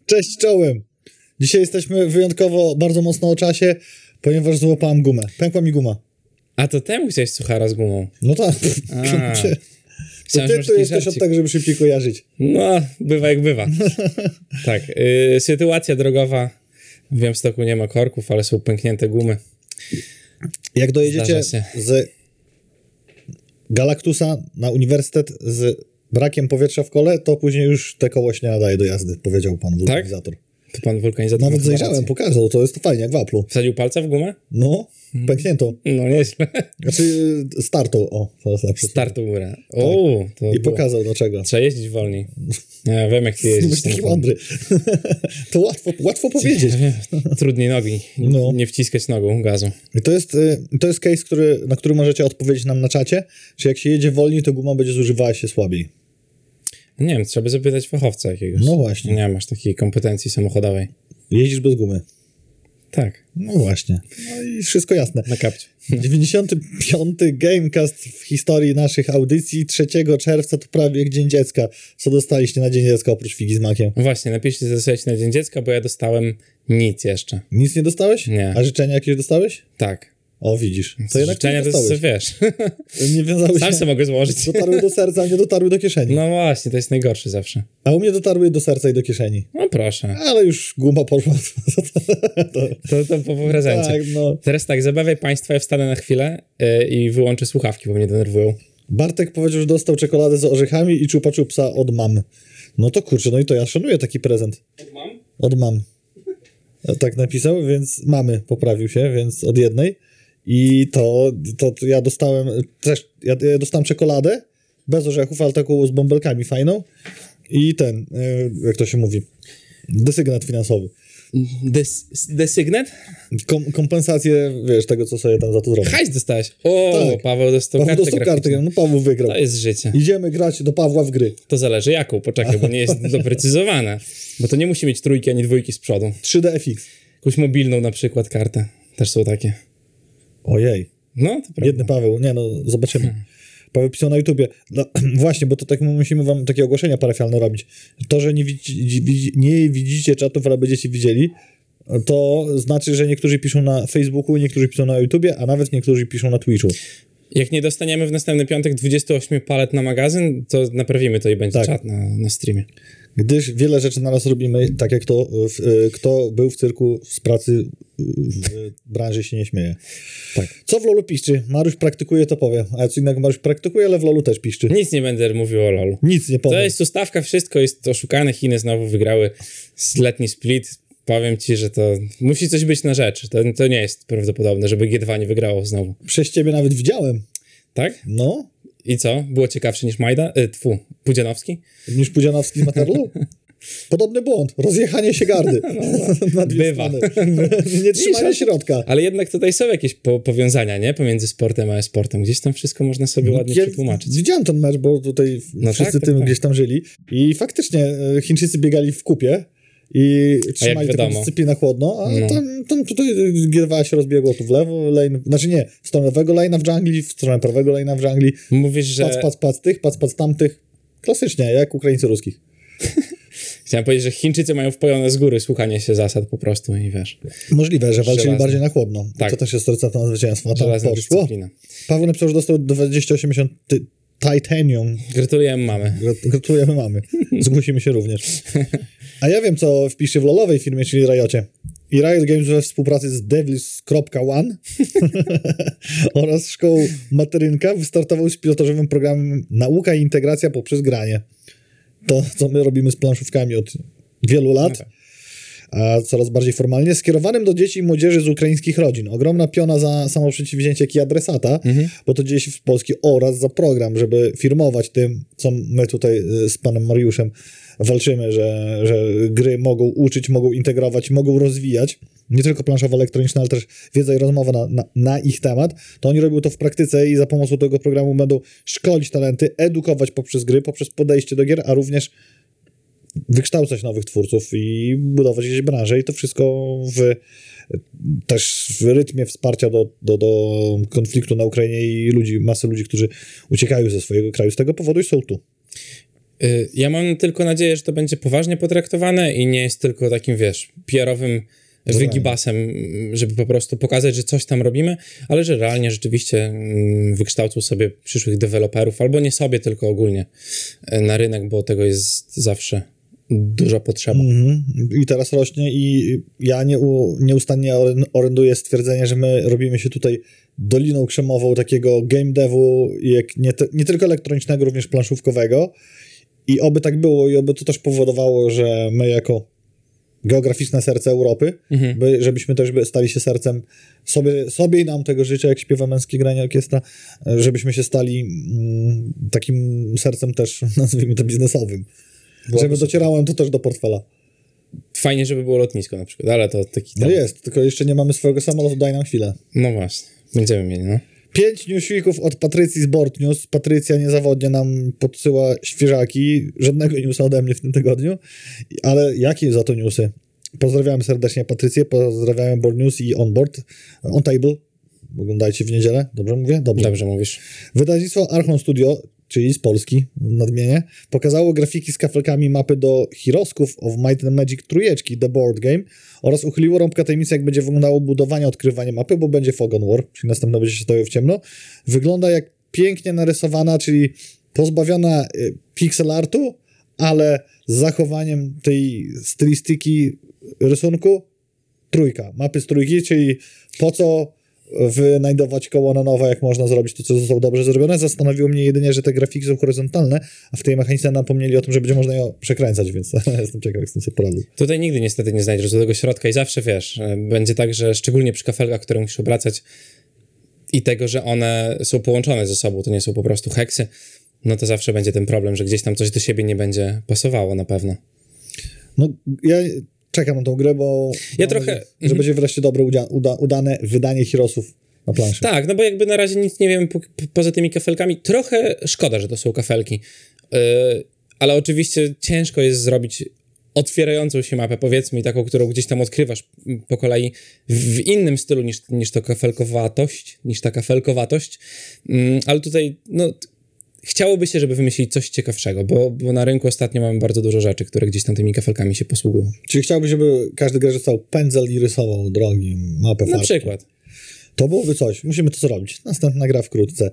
Cześć czołem. Dzisiaj jesteśmy wyjątkowo bardzo mocno o czasie, ponieważ złapałem gumę. Pękła mi guma. A to temu chciałeś suchara z gumą. No tak. To ty tu jesteś od tego, żeby szybciej kojarzyć. No, bywa jak bywa. Tak, sytuacja drogowa. W Białymstoku nie ma korków, ale są pęknięte gumy. Jak dojedziecie z Galactusa na uniwersytet z brakiem powietrza w kole, to później już te koło się nie nadaje do jazdy, powiedział pan wulkanizator. Tak? To pan wulkanizator. Nawet zajrzałem, pokazał, to jest fajnie, jak w Apple'u. Wsadził palca w gumę? No, pęknięto. No nieźle. Znaczy startą, to jest lepsze. Startą górę. O, to i pokazał do czego. Trzeba jeździć wolniej. Ja wiem, jak ty jeździsz. Byś taki mądry. To łatwo powiedzieć. Ja wiem. Trudniej nogi. Nie wciskać nogą gazu. I to jest case, na który możecie odpowiedzieć nam na czacie, czy jak się jedzie wolniej, to guma będzie zużywała się słabiej. Nie wiem, trzeba by zapytać fachowca jakiegoś. No właśnie. Nie masz takiej kompetencji samochodowej. Jeździsz bez gumy. Tak. No właśnie. No i wszystko jasne. Na kapcie. 95. Gamecast w historii naszych audycji. 3 czerwca to prawie jak Dzień Dziecka. Co dostaliście na Dzień Dziecka oprócz figi z makiem? Właśnie, napiszcie, co dostaliście na Dzień Dziecka, bo ja dostałem nic jeszcze. Nic nie dostałeś? Nie. A życzenia jakieś dostałeś? Tak. O, widzisz. To jednak życzenia to jest, wiesz. Nie wiązały Sam się. sobie mogę złożyć. Dotarły do serca, a nie dotarły do kieszeni. No właśnie, to jest najgorsze zawsze. A u mnie dotarły do serca i do kieszeni. No proszę. Ale już guma poszła. To po prezencie. Tak, no. Teraz tak, zabawiaj państwa, ja wstanę na chwilę i wyłączę słuchawki, bo mnie denerwują. Bartek powiedział, że dostał czekoladę z orzechami i czupa czupsa od mam. No to kurczę, no i to ja szanuję taki prezent. Od mam? Od mam. Tak napisał, więc mamy, poprawił się, więc od jednej. I to ja dostałem też, ja dostałem czekoladę bez orzechów, ale taką z bąbelkami fajną. I jak to się mówi, desygnet finansowy. Desygnet? Kompensację, wiesz, tego, co sobie tam za to zrobił. Hajs dostałeś. O, tak. Paweł dostał kartę. No Paweł wygrał. To jest życie. Idziemy grać do Pawła w gry. To zależy jaką, poczekaj, bo nie jest doprecyzowane. Bo to nie musi mieć 3 ani 2 z przodu. 3DFX. Jakąś mobilną na przykład kartę. Też są takie. Ojej. No, to prawda. Biedny Paweł. Nie no, zobaczymy. Paweł pisał na YouTubie. No, właśnie, bo to tak musimy wam takie ogłoszenia parafialne robić. To, że nie widzicie czatów, ale będziecie widzieli, to znaczy, że niektórzy piszą na Facebooku, niektórzy piszą na YouTubie, a nawet niektórzy piszą na Twitchu. Jak nie dostaniemy w następny piątek 28 palet na magazyn, to naprawimy to i będzie tak. czat na streamie. Gdyż wiele rzeczy naraz robimy, tak jak to, kto był w cyrku z pracy w branży się nie śmieje. Tak. Co w LoLu piszczy? Maruś praktykuje, to powie. A co innego Maruś praktykuje, ale w LoLu też piszczy. Nic nie będę mówił o LoLu. Nic nie powiem. To jest ustawka, wszystko jest oszukane. Chiny znowu wygrały letni split. Powiem ci, że to musi coś być na rzecz. To nie jest prawdopodobne, żeby G2 nie wygrało znowu. Przez ciebie nawet widziałem. Tak? No. I co? Było ciekawsze niż Pudzianowski? Niż Pudzianowski z Materlu? Podobny błąd. Rozjechanie się gardy. Na dwie Bywa. Nie trzymanie środka. Ale jednak tutaj są jakieś powiązania, nie? Pomiędzy sportem a e-sportem. Gdzieś tam wszystko można sobie ładnie przetłumaczyć. Widziałem ten mecz, bo tutaj wszyscy tym gdzieś tam żyli. I faktycznie Chińczycy biegali w kupie i trzymali taką dyscyplinę chłodno, a tam tutaj G2 się rozbiegło tu w lewo lane, znaczy nie, w stronę lewego lane'a w dżungli, w stronę prawego lane'a w dżungli. Mówisz, że... Pac tych, pac tamtych. Klasycznie, jak Ukraińcy ruskich. Chciałem powiedzieć, że Chińczycy mają wpojone z góry słuchanie się zasad po prostu i wiesz. Możliwe, że walczyli bardziej na chłodno. Tak. To też jest recepta na zwycięstwo. Tam poszło. Dyscyplina. Paweł napisał, że dostał 2080 Titanium. Gratulujemy mamy. Gratulujemy mamy. Zgłosimy się również. A ja wiem, co wpisze w lolowej firmie, czyli Riocie. I Riot Games we współpracy z Devils.one oraz szkołą Materynka wystartował z pilotażowym programem Nauka i Integracja poprzez granie. To, co my robimy z planszówkami od wielu lat, a coraz bardziej formalnie, skierowanym do dzieci i młodzieży z ukraińskich rodzin. Ogromna piona za samo przedsięwzięcie key adresata, bo to dzieje się w Polsce, oraz za program, żeby firmować tym, co my tutaj z panem Mariuszem walczymy, że gry mogą uczyć, mogą integrować, mogą rozwijać. Nie tylko planszowa elektroniczna, ale też wiedza i rozmowa na ich temat. To oni robią to w praktyce i za pomocą tego programu będą szkolić talenty, edukować poprzez gry, poprzez podejście do gier, a również wykształcać nowych twórców i budować gdzieś branżę i to wszystko też w rytmie wsparcia do konfliktu na Ukrainie i masy ludzi, którzy uciekają ze swojego kraju z tego powodu i są tu. Ja mam tylko nadzieję, że to będzie poważnie potraktowane i nie jest tylko takim, wiesz, PR-owym wygibasem, żeby po prostu pokazać, że coś tam robimy, ale że realnie rzeczywiście wykształcą sobie przyszłych deweloperów, albo nie sobie, tylko ogólnie na rynek, bo tego jest zawsze duża potrzeba. I teraz rośnie i ja nieustannie oręduję stwierdzenie, że my robimy się tutaj doliną krzemową takiego game devu, nie tylko elektronicznego, również planszówkowego i oby tak było i oby to też powodowało, że my jako geograficzne serce Europy, żebyśmy też stali się sercem sobie i nam tego życzę, jak śpiewa męskie granie orkiestra, żebyśmy się stali takim sercem też, nazwijmy to, biznesowym. Żeby docierało to też do portfela. Fajnie, żeby było lotnisko na przykład, ale to taki... No jest, tylko jeszcze nie mamy swojego samolotu, daj nam chwilę. No właśnie, będziemy mieli, no. 5 newsweeków od Patrycji z Board News. Patrycja niezawodnie nam podsyła świeżaki. Żadnego newsa ode mnie w tym tygodniu. Ale jakie za to newsy? Pozdrawiam serdecznie Patrycję, pozdrawiam Board News i On Table. Oglądajcie w niedzielę. Dobrze mówię? Dobrze mówisz. Wydawnictwo Archon Studio, czyli z Polski, nadmienię, pokazało grafiki z kafelkami mapy do Heroesków of Might and Magic trójeczki The Board Game oraz uchyliło rąbka tajemnicy, jak będzie wyglądało budowanie, odkrywanie mapy, bo będzie Fog and War, czyli następne będzie się stoją w ciemno. Wygląda jak pięknie narysowana, czyli pozbawiona pixel artu, ale z zachowaniem tej stylistyki rysunku trójka. Mapy z trójki, czyli po co wynajdować koło na nowe, jak można zrobić to, co zostało dobrze zrobione. Zastanowiło mnie jedynie, że te grafiki są horyzontalne, a w tej mechanice napomnieli o tym, że będzie można je przekręcać, więc jestem ciekaw, jak z tym sobie poradzę. Tutaj nigdy niestety nie znajdziesz do tego środka i zawsze, wiesz, będzie tak, że szczególnie przy kafelkach, które musisz obracać i tego, że one są połączone ze sobą, to nie są po prostu heksy, no to zawsze będzie ten problem, że gdzieś tam coś do siebie nie będzie pasowało na pewno. No, ja czekam na tą grę, bo że będzie wreszcie dobre, udane wydanie Heroesów na planszy. Tak, no bo jakby na razie nic nie wiem poza tymi kafelkami. Trochę szkoda, że to są kafelki, ale oczywiście ciężko jest zrobić otwierającą się mapę, powiedzmy, i taką, którą gdzieś tam odkrywasz po kolei w innym stylu niż ta kafelkowatość, ale tutaj, no, chciałoby się, żeby wymyślić coś ciekawszego, bo na rynku ostatnio mamy bardzo dużo rzeczy, które gdzieś tam tymi kafelkami się posługują. Czyli chciałbyś, żeby każdy gracz dostał pędzel i rysował drogi, mapę farbki. Na przykład. To byłoby coś. Musimy to zrobić. Następna gra wkrótce.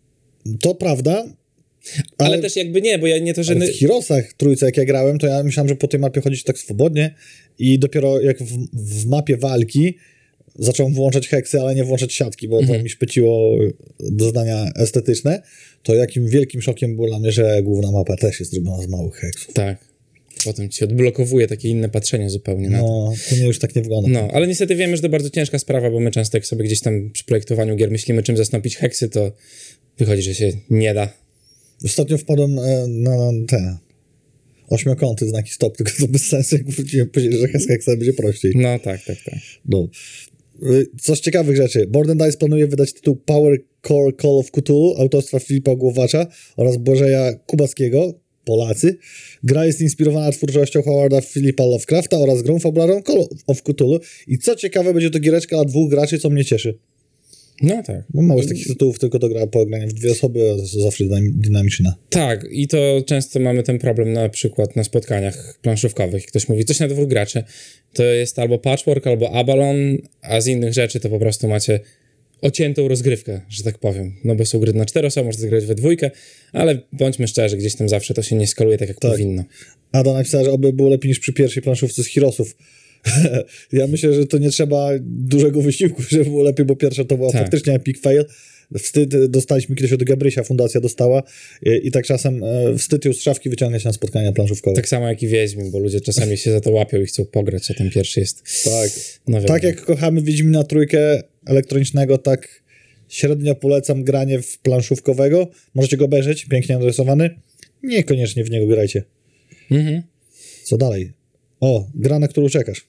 To prawda. Ale też jakby nie, bo ja nie to, że... W Heroesach trójce, jak ja grałem, to ja myślałem, że po tej mapie chodzić tak swobodnie i dopiero jak w mapie walki zacząłem włączać heksy, ale nie włączać siatki, bo to mi szpeciło doznania estetyczne, to jakim wielkim szokiem było dla mnie, że główna mapa też jest zrobiona z małych heksów. Tak. Potem ci odblokowuje takie inne patrzenie zupełnie na to. No, to nie już tak nie wygląda. No, ale niestety wiemy, że to bardzo ciężka sprawa, bo my często jak sobie gdzieś tam przy projektowaniu gier myślimy, czym zastąpić heksy, to wychodzi, że się nie da. Ostatnio wpadłem na te 8-kąty, znaki stop, tylko to bez sensu, jak wróciłem później, że z heksem będzie prościej. No, tak. No. Co z ciekawych rzeczy, Board & Dice planuje wydać tytuł Power Core Call of Cthulhu autorstwa Filipa Głowacza oraz Błażeja Kubackiego, Polacy. Gra jest inspirowana twórczością Howarda Philippa Lovecrafta oraz grą fabularną Call of Cthulhu i co ciekawe, będzie to giereczka dla 2 graczy, co mnie cieszy. No tak. Bo mało z takich tytułów, tylko do pogrania w 2 osoby, a to jest zawsze dynamiczne. Tak, i to często mamy ten problem na przykład na spotkaniach planszówkowych. Ktoś mówi, coś na 2 graczy, to jest albo Patchwork, albo Abalon, a z innych rzeczy to po prostu macie ociętą rozgrywkę, że tak powiem. No bo są gry na 4 osoby, można zagrać we 2, ale bądźmy szczerzy, gdzieś tam zawsze to się nie skaluje tak, jak powinno. Ada napisała, że oby było lepiej niż przy pierwszej planszówce z Heroesów. Ja myślę, że to nie trzeba dużego wysiłku, żeby było lepiej, bo pierwsza to była faktycznie epic fail. Wstyd dostaliśmy kiedyś od Gabrysia, fundacja dostała i tak czasem wstyd ją z szafki wyciągać na spotkania planszówkowe. Tak samo jak i Wiedźmin, bo ludzie czasami się za to łapią i chcą pograć, a ten pierwszy jest... Tak, tak jak kochamy Wiedźmina trójkę elektronicznego, tak średnio polecam granie w planszówkowego. Możecie go obejrzeć, pięknie narysowany. Niekoniecznie w niego grajcie. Co dalej? O, gra, na którą czekasz.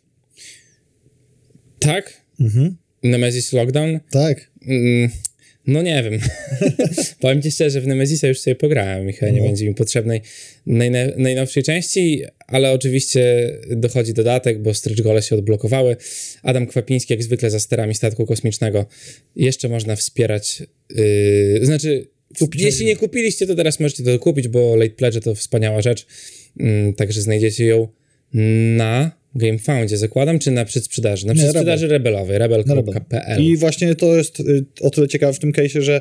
Tak? Nemesis Lockdown? Tak. No nie wiem. Powiem ci szczerze, w Nemesisa już sobie pograłem i chyba nie będzie mi potrzebnej najnowszej części, ale oczywiście dochodzi dodatek, bo stretch gole się odblokowały. Adam Kwapiński jak zwykle za sterami statku kosmicznego. Jeszcze można wspierać, kupić. Jeśli nie kupiliście, to teraz możecie to kupić, bo Late Pledge to wspaniała rzecz. Także znajdziecie ją na GameFoundzie, zakładam, czy na przedsprzedaży? Na przedsprzedaży rebelowej, rebel.pl. I właśnie to jest o tyle ciekawe w tym case'ie, że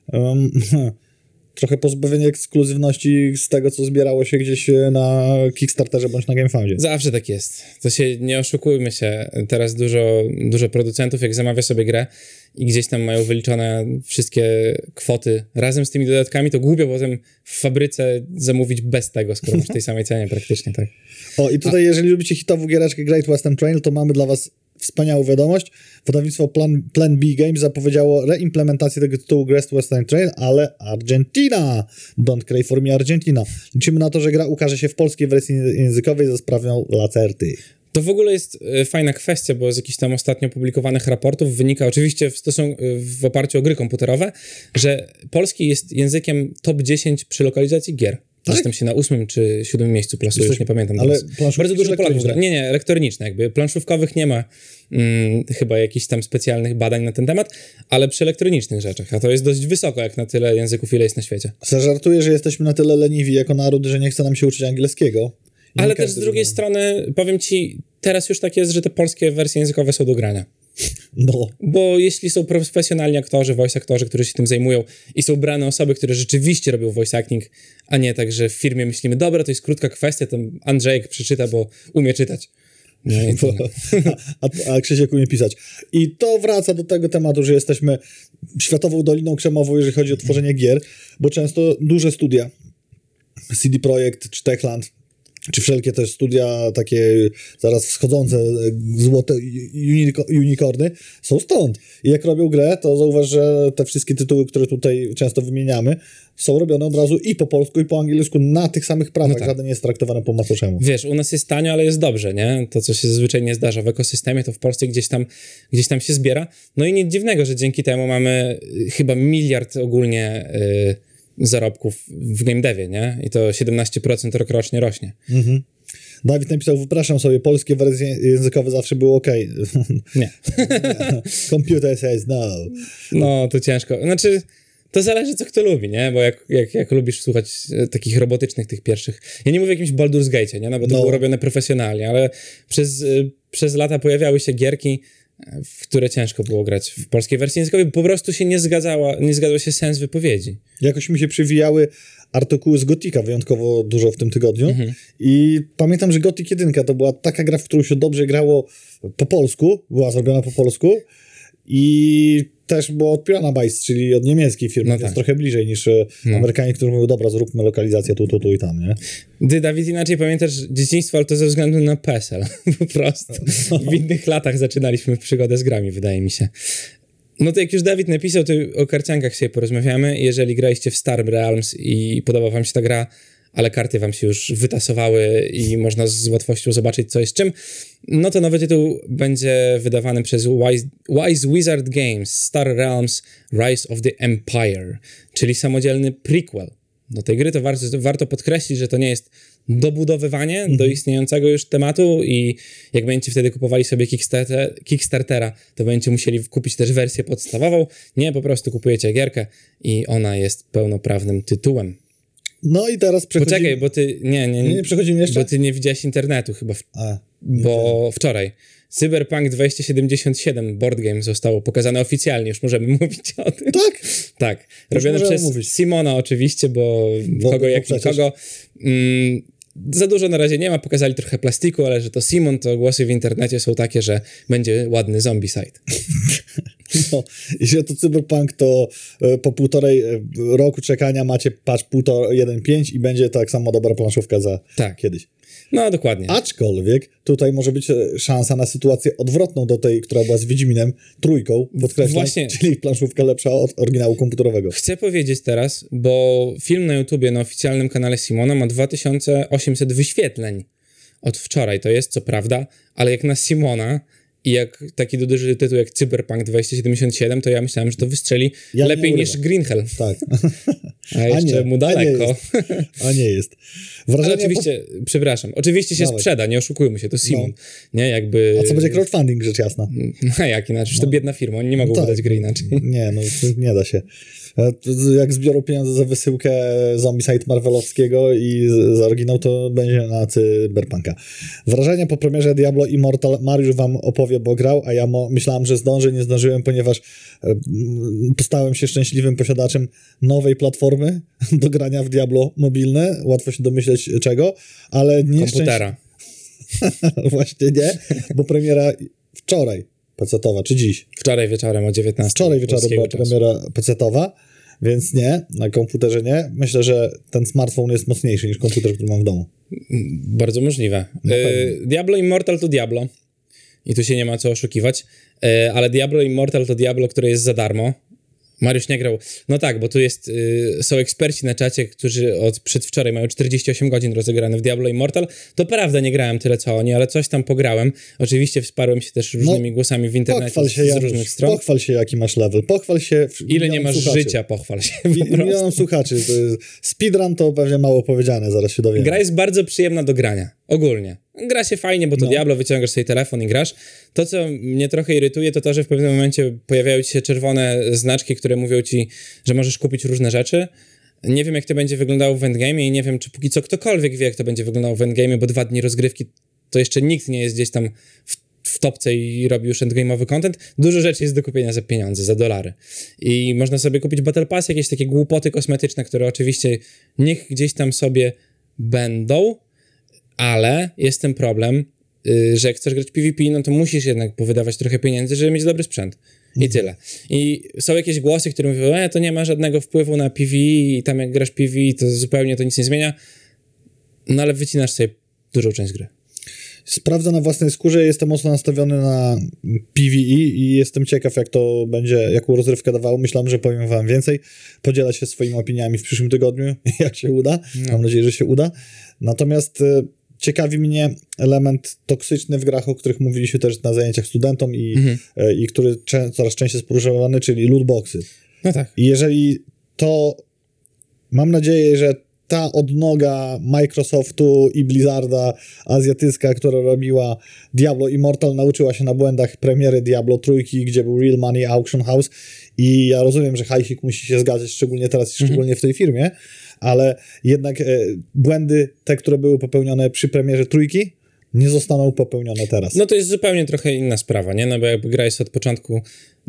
trochę pozbawienie ekskluzywności z tego, co zbierało się gdzieś na Kickstarterze bądź na GameFoundzie. Zawsze tak jest. To się, nie oszukujmy się. Teraz dużo producentów, jak zamawia sobie grę i gdzieś tam mają wyliczone wszystkie kwoty razem z tymi dodatkami, to głupio potem w fabryce zamówić bez tego, skoro masz w tej samej cenie praktycznie, tak. O, i tutaj jeżeli lubicie hitową giereczkę Great Western Trail, to mamy dla was wspaniałą wiadomość. Wydawnictwo Plan B Games zapowiedziało reimplementację tego tytułu Great Western Trail, ale Argentina! Don't cry for me Argentina. Liczymy na to, że gra ukaże się w polskiej wersji językowej za sprawą Lacerty. To w ogóle jest fajna kwestia, bo z jakichś tam ostatnio publikowanych raportów wynika, oczywiście w oparciu o gry komputerowe, że polski jest językiem top 10 przy lokalizacji gier. Tak? Zresztą się na 8. czy 7. miejscu plasuje, już nie pamiętam. Ale bardzo dużo Polaków gra. Nie, elektroniczne jakby. Planszówkowych nie ma chyba jakichś tam specjalnych badań na ten temat, ale przy elektronicznych rzeczach, a to jest dość wysoko, jak na tyle języków, ile jest na świecie. Żartuję, że jesteśmy na tyle leniwi jako naród, że nie chce nam się uczyć angielskiego. Ale też z drugiej strony, powiem ci, teraz już tak jest, że te polskie wersje językowe są do grania. No. Bo jeśli są profesjonalni aktorzy, voice aktorzy, którzy się tym zajmują i są brane osoby, które rzeczywiście robią voice acting, a nie tak, że w firmie myślimy, dobra, to jest krótka kwestia, to Andrzejek przeczyta, bo umie czytać. No a Krzysiek umie pisać. I to wraca do tego tematu, że jesteśmy światową doliną krzemową, jeżeli chodzi o tworzenie gier, bo często duże studia, CD Projekt czy Techland, czy wszelkie też studia takie zaraz wschodzące, złote unicorny, są stąd. I jak robią grę, to zauważ, że te wszystkie tytuły, które tutaj często wymieniamy, są robione od razu i po polsku, i po angielsku na tych samych prawach. No tak. Żaden nie jest traktowany po macoszemu. Wiesz, u nas jest tanio, ale jest dobrze, nie? To, co się zazwyczaj nie zdarza w ekosystemie, to w Polsce gdzieś tam się zbiera. No i nic dziwnego, że dzięki temu mamy chyba 1 miliard ogólnie zarobków w game devie, nie? I to 17% rokrocznie rośnie. Mhm. Dawid napisał, wypraszam sobie, polskie wersje językowe zawsze były okej. Nie. Computer says no. No, to ciężko. Znaczy, to zależy, co kto lubi, nie? Bo jak lubisz słuchać takich robotycznych tych pierwszych... Ja nie mówię o jakimś Baldur's Gate'cie, nie? No bo to było robione profesjonalnie, ale przez lata pojawiały się gierki, w które ciężko było grać w polskiej wersji językowej, bo po prostu się nie zgadzał się sens wypowiedzi. Jakoś mi się przywijały artykuły z Gotika wyjątkowo dużo w tym tygodniu i pamiętam, że Gothic 1 to była taka gra, w którą się dobrze grało po polsku, była zrobiona po polsku i też była od Piranha Bytes, czyli od niemieckiej firmy, więc tak. Trochę bliżej niż Amerykanie, którzy mówią, dobra, zróbmy lokalizację tu i tam, nie? Ty, Dawid, inaczej pamiętasz dzieciństwo, ale to ze względu na PESEL, po prostu. W innych latach zaczynaliśmy przygodę z grami, wydaje mi się. No to jak już Dawid napisał, to o karciankach sobie porozmawiamy. Jeżeli graliście w Star Realms i podoba wam się ta gra, ale karty wam się już wytasowały i można z łatwością zobaczyć, co jest czym, no to nowy tytuł będzie wydawany przez Wise Wizard Games, Star Realms Rise of the Empire, czyli samodzielny prequel do tej gry. To warto podkreślić, że to nie jest dobudowywanie do istniejącego już tematu i jak będziecie wtedy kupowali sobie Kickstartera, to będziecie musieli kupić też wersję podstawową. Nie, po prostu kupujecie gierkę i ona jest pełnoprawnym tytułem. No i teraz przechodzimy... Poczekaj, bo ty... Nie przechodzimy jeszcze? Bo ty nie widziałeś internetu chyba. Wczoraj. Cyberpunk 2077 board game zostało pokazane oficjalnie, już możemy mówić o tym. Tak? Tak. Robione przez Simona oczywiście, bo kogo jak nikogo. Za dużo na razie nie ma, pokazali trochę plastiku, ale że to Simon, to głosy w internecie są takie, że będzie ładny zombicide. No, jeśli to Cyberpunk, to po 1,5 roku czekania macie patch 1.5 i będzie tak samo dobra planszówka za kiedyś. No, dokładnie. Aczkolwiek tutaj może być szansa na sytuację odwrotną do tej, która była z Wiedźminem, 3, podkreślam, czyli planszówka lepsza od oryginału komputerowego. Chcę powiedzieć teraz, bo film na YouTubie, na oficjalnym kanale Simona ma 2800 wyświetleń od wczoraj. To jest, co prawda, ale jak na Simona i jak taki duży tytuł jak Cyberpunk 2077, to ja myślałem, że to wystrzeli lepiej niż Green Hell. Tak. A jeszcze mu daleko. A nie jest. Ale oczywiście, przepraszam, oczywiście się sprzeda, nie oszukujmy się, to Simon. Nie, jakby... A co będzie crowdfunding, rzecz jasna? A jak inaczej? To biedna firma, oni nie mogą wydać gry inaczej. Nie, nie da się. Jak zbiorą pieniądze za wysyłkę Zombicide Marvelowskiego i za oryginał, to będzie na Cyberpunka. Wrażenia po premierze Diablo Immortal Mariusz wam opowie, bo grał, a ja myślałem, że zdążę, nie zdążyłem, ponieważ stałem się szczęśliwym posiadaczem nowej platformy do grania w Diablo mobilne. Łatwo się domyśleć czego, ale nie komputera. Właśnie nie, bo premiera wczoraj pecetowa, czy dziś? Wczoraj wieczorem o 19. Wczoraj wieczorem była premiera pecetowa, więc nie, na komputerze nie. Myślę, że ten smartfon jest mocniejszy niż komputer, który mam w domu. Bardzo możliwe. Diablo Immortal to Diablo. I tu się nie ma co oszukiwać. Ale Diablo Immortal to Diablo, które jest za darmo. Mariusz nie grał. No tak, bo tu są eksperci na czacie, którzy od przedwczoraj mają 48 godzin rozegrane w Diablo Immortal. To prawda, nie grałem tyle co oni, ale coś tam pograłem. Oczywiście wsparłem się też różnymi głosami w internecie z różnych stron. Pochwal się, jaki masz level. Pochwal się. Ile nie masz życia, pochwal się. Milionom słuchaczy. Speedrun to pewnie mało powiedziane, zaraz się dowiemy. Gra jest bardzo przyjemna do grania. Ogólnie. Gra się fajnie, bo to Diablo, wyciągasz sobie telefon i grasz. To, co mnie trochę irytuje, to to, że w pewnym momencie pojawiają ci się czerwone znaczki, które mówią ci, że możesz kupić różne rzeczy. Nie wiem, jak to będzie wyglądało w endgame i nie wiem, czy póki co ktokolwiek wie, jak to będzie wyglądało w endgame, bo 2 dni rozgrywki to jeszcze nikt nie jest gdzieś tam w topce i robi już endgame'owy content. Dużo rzeczy jest do kupienia za pieniądze, za dolary. I można sobie kupić Battle Pass, jakieś takie głupoty kosmetyczne, które oczywiście niech gdzieś tam sobie będą, ale jest ten problem, że jak chcesz grać PvP, no to musisz jednak powydawać trochę pieniędzy, żeby mieć dobry sprzęt. I tyle. I są jakieś głosy, które mówią, to nie ma żadnego wpływu na PvE i tam jak grasz PvE, to zupełnie to nic nie zmienia. No ale wycinasz sobie dużą część gry. Sprawdzę na własnej skórze, jestem mocno nastawiony na PvE i jestem ciekaw, jak to będzie, jaką rozrywkę dawało. Myślałem, że powiem wam więcej. Podzielę się swoimi opiniami w przyszłym tygodniu, jak się uda. Mam nadzieję, że się uda. Natomiast ciekawi mnie element toksyczny w grach, o których mówiliśmy też na zajęciach studentom i który coraz częściej jest poruszany, czyli lootboxy. No tak. I jeżeli to, mam nadzieję, że ta odnoga Microsoftu i Blizzarda azjatycka, która robiła Diablo Immortal, nauczyła się na błędach premiery Diablo Trójki, gdzie był Real Money Auction House i ja rozumiem, że hajsik musi się zgadzać, szczególnie teraz i szczególnie w tej firmie, ale jednak błędy, te, które były popełnione przy premierze Trójki, nie zostaną popełnione teraz. No to jest zupełnie trochę inna sprawa, nie? No bo jakby gra jest od początku.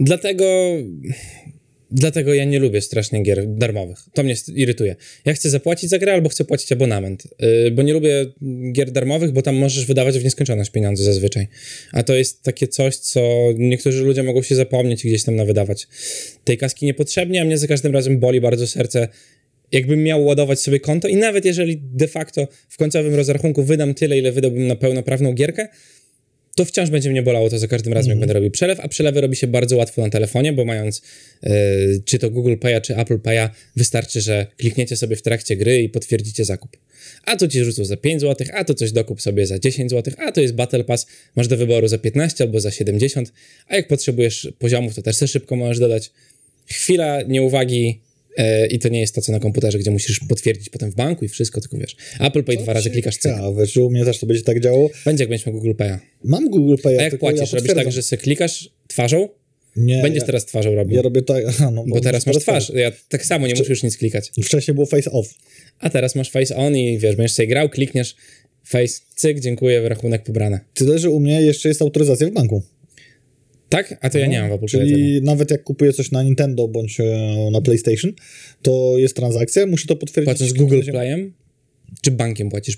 Dlatego ja nie lubię strasznie gier darmowych. To mnie irytuje. Ja chcę zapłacić za grę albo chcę płacić abonament. Bo nie lubię gier darmowych, bo tam możesz wydawać w nieskończoność pieniądze zazwyczaj. A to jest takie coś, co niektórzy ludzie mogą się zapomnieć i gdzieś tam nawydawać tej kaski niepotrzebnie, a mnie za każdym razem boli bardzo serce, jakbym miał ładować sobie konto i nawet jeżeli de facto w końcowym rozrachunku wydam tyle, ile wydałbym na pełnoprawną gierkę, to wciąż będzie mnie bolało to za każdym razem, jak będę robił przelew, a przelewy robi się bardzo łatwo na telefonie, bo mając czy to Google Pay'a, czy Apple Pay'a, wystarczy, że klikniecie sobie w trakcie gry i potwierdzicie zakup. A tu ci rzucą za 5 zł, a tu coś dokup sobie za 10 zł, a to jest Battle Pass, masz do wyboru za 15 albo za 70, a jak potrzebujesz poziomów, to też sobie szybko możesz dodać. Chwila nieuwagi i to nie jest to, co na komputerze, gdzie musisz potwierdzić potem w banku i wszystko, tylko wiesz. Apple Pay 2 razy klikasz cyk. Że u mnie też to będzie tak działało. Będzie, jak będziesz miał Google Pay'a. Mam Google Pay'a. A jak płacisz? Robisz tak, że sobie klikasz twarzą? Nie. Będziesz teraz twarzą robił. Ja robię tak, bo teraz masz twarz. Ja tak samo nie musisz już nic klikać. Wcześniej było face off. A teraz masz face on i wiesz, będziesz sobie grał, klikniesz face, cyk, dziękuję, rachunek pobrany. Tyle, że u mnie jeszcze jest autoryzacja w banku. Tak? A to ja nie mam w Apple Pay. Czyli nawet jak kupuję coś na Nintendo bądź na PlayStation, to jest transakcja, muszę to potwierdzić. Płacisz z Google Playem? Czy bankiem płacisz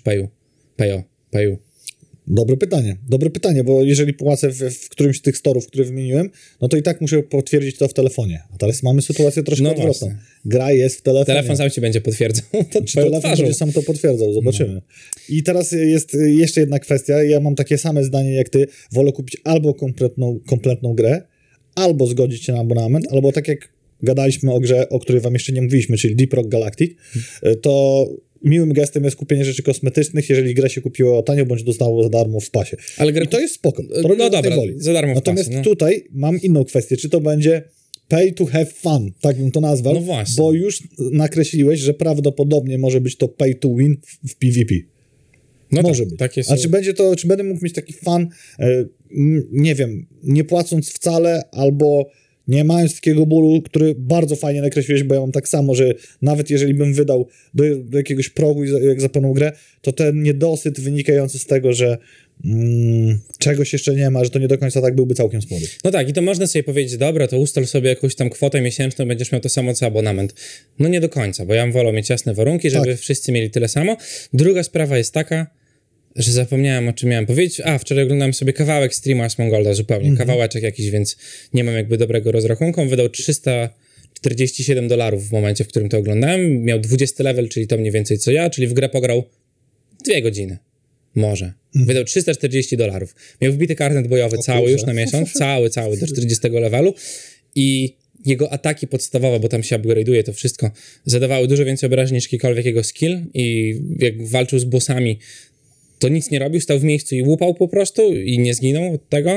Payu? Dobre pytanie, bo jeżeli płacę w którymś z tych storów, które wymieniłem, no to i tak muszę potwierdzić to w telefonie. A teraz mamy sytuację troszkę odwrotną. Gra jest w telefonie. Telefon sam ci będzie potwierdzał. Czy telefon będzie sam to potwierdzał? Zobaczymy. I teraz jest jeszcze jedna kwestia. Ja mam takie same zdanie jak ty. Wolę kupić albo kompletną grę, albo zgodzić się na abonament, albo tak jak gadaliśmy o grze, o której wam jeszcze nie mówiliśmy, czyli Deep Rock Galactic, to miłym gestem jest kupienie rzeczy kosmetycznych, jeżeli grę się kupiło tanio, bądź dostało za darmo w pasie. I to jest spoko. No dobra, za darmo w Natomiast pasie, tutaj mam inną kwestię. Czy to będzie pay to have fun, tak bym to nazwał, No właśnie. bo już nakreśliłeś, że prawdopodobnie może być to pay to win w PvP. No może tak, być. takie A są... czy będę mógł mieć taki fan, nie wiem, nie płacąc wcale, albo nie mając takiego bólu, który bardzo fajnie nakreśliłeś, bo ja mam tak samo, że nawet jeżeli bym wydał do jakiegoś progu jak za pełną grę, to ten niedosyt wynikający z tego, że czegoś jeszcze nie ma, że to nie do końca tak byłby całkiem spory. No tak, i to można sobie powiedzieć, dobra, to ustal sobie jakąś tam kwotę miesięczną, będziesz miał to samo co abonament. No nie do końca, bo ja bym wolał mieć jasne warunki, żeby wszyscy mieli tyle samo. Druga sprawa jest taka, że zapomniałem, o czym miałem powiedzieć. Wczoraj oglądałem sobie kawałek streama z Mongolda zupełnie, kawałeczek jakiś, więc nie mam jakby dobrego rozrachunku. On wydał $347 w momencie, w którym to oglądałem. Miał 20 level, czyli to mniej więcej co ja, czyli w grę pograł 2 godziny. Może. Wydał $340. Miał wbity karnet bojowy cały już na miesiąc, cały do 40 levelu i jego ataki podstawowe, bo tam się upgrade'uje to wszystko, zadawały dużo więcej obrażeń niż jakikolwiek jego skill i jak walczył z bossami, to nic nie robił, stał w miejscu i łupał po prostu i nie zginął od tego.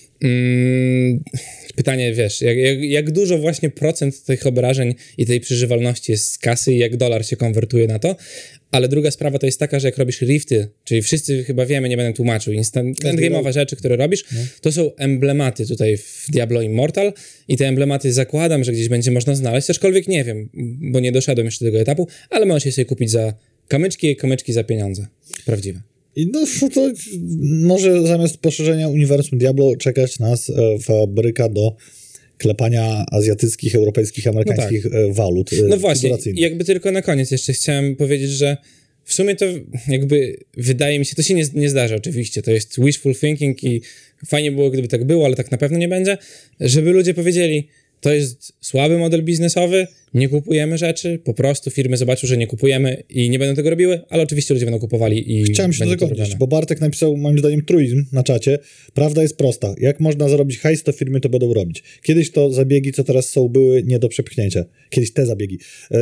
Pytanie, wiesz, jak dużo właśnie procent tych obrażeń i tej przeżywalności jest z kasy i jak dolar się konwertuje na to, ale druga sprawa to jest taka, że jak robisz rifty, czyli wszyscy chyba wiemy, nie będę tłumaczył, endgame'owe rzeczy, które robisz, to są emblematy tutaj w Diablo Immortal i te emblematy zakładam, że gdzieś będzie można znaleźć, aczkolwiek nie wiem, bo nie doszedłem jeszcze do tego etapu, ale możesz je sobie kupić za kamyczki za pieniądze. Prawdziwe. I no to może zamiast poszerzenia uniwersum Diablo czekać nas fabryka do klepania azjatyckich, europejskich, amerykańskich walut. No właśnie, jakby tylko na koniec jeszcze chciałem powiedzieć, że w sumie to jakby wydaje mi się, to się nie zdarza oczywiście, to jest wishful thinking i fajnie było, gdyby tak było, ale tak na pewno nie będzie, żeby ludzie powiedzieli, to jest słaby model biznesowy, nie kupujemy rzeczy, po prostu firmy zobaczą, że nie kupujemy i nie będą tego robiły, ale oczywiście ludzie będą kupowali i chciałem się do tego odnieść, bo Bartek napisał moim zdaniem truizm na czacie. Prawda jest prosta. Jak można zarobić hajs, to firmy to będą robić. Kiedyś to zabiegi, co teraz są, były nie do przepchnięcia. Kiedyś te zabiegi.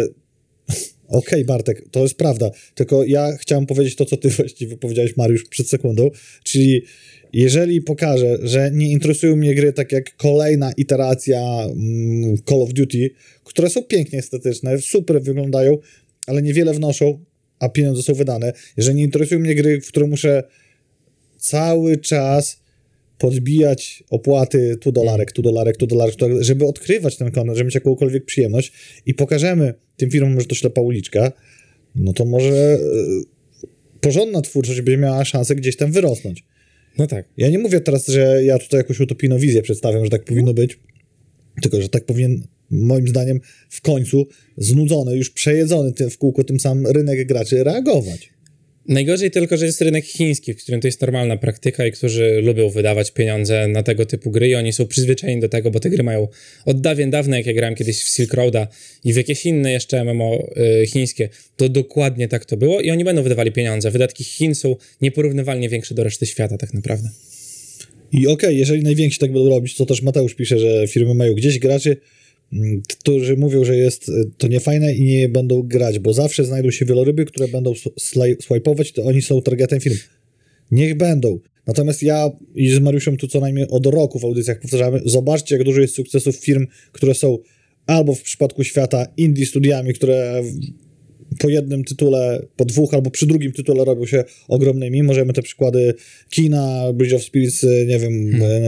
Okej, Bartek, to jest prawda. Tylko ja chciałem powiedzieć to, co ty właściwie powiedziałeś, Mariusz, przed sekundą, czyli jeżeli pokażę, że nie interesują mnie gry tak jak kolejna iteracja Call of Duty, które są pięknie estetyczne, super wyglądają, ale niewiele wnoszą, a pieniądze są wydane. Jeżeli nie interesują mnie gry, w które muszę cały czas podbijać opłaty $2, żeby odkrywać ten kontent, żeby mieć jakąkolwiek przyjemność i pokażemy tym firmom, że to ślepa uliczka, no to może porządna twórczość będzie miała szansę gdzieś tam wyrosnąć. No tak. Ja nie mówię teraz, że ja tutaj jakąś utopijną wizję przedstawiam, że tak powinno być, tylko że tak powinien, moim zdaniem, w końcu znudzony, już przejedzony w kółko tym samym rynek graczy reagować. Najgorzej tylko, że jest rynek chiński, w którym to jest normalna praktyka i którzy lubią wydawać pieniądze na tego typu gry i oni są przyzwyczajeni do tego, bo te gry mają od dawien dawna, jak ja grałem kiedyś w Silk Roada i w jakieś inne jeszcze MMO chińskie, to dokładnie tak to było i oni będą wydawali pieniądze. Wydatki Chin są nieporównywalnie większe do reszty świata tak naprawdę. I okej, jeżeli najwięksi tak będą robić, to też Mateusz pisze, że firmy mają gdzieś graczy, którzy mówią, że jest to niefajne i nie będą grać, bo zawsze znajdą się wieloryby, które będą swipe'ować, to oni są targetem firm. Niech będą. Natomiast ja i z Mariuszem tu co najmniej od roku w audycjach powtarzamy, zobaczcie, jak dużo jest sukcesów firm, które są albo w przypadku świata indie studiami, które po jednym tytule, po dwóch albo przy drugim tytule robią się ogromnymi. Możemy te przykłady Kina, Bridge of Spirits, nie wiem,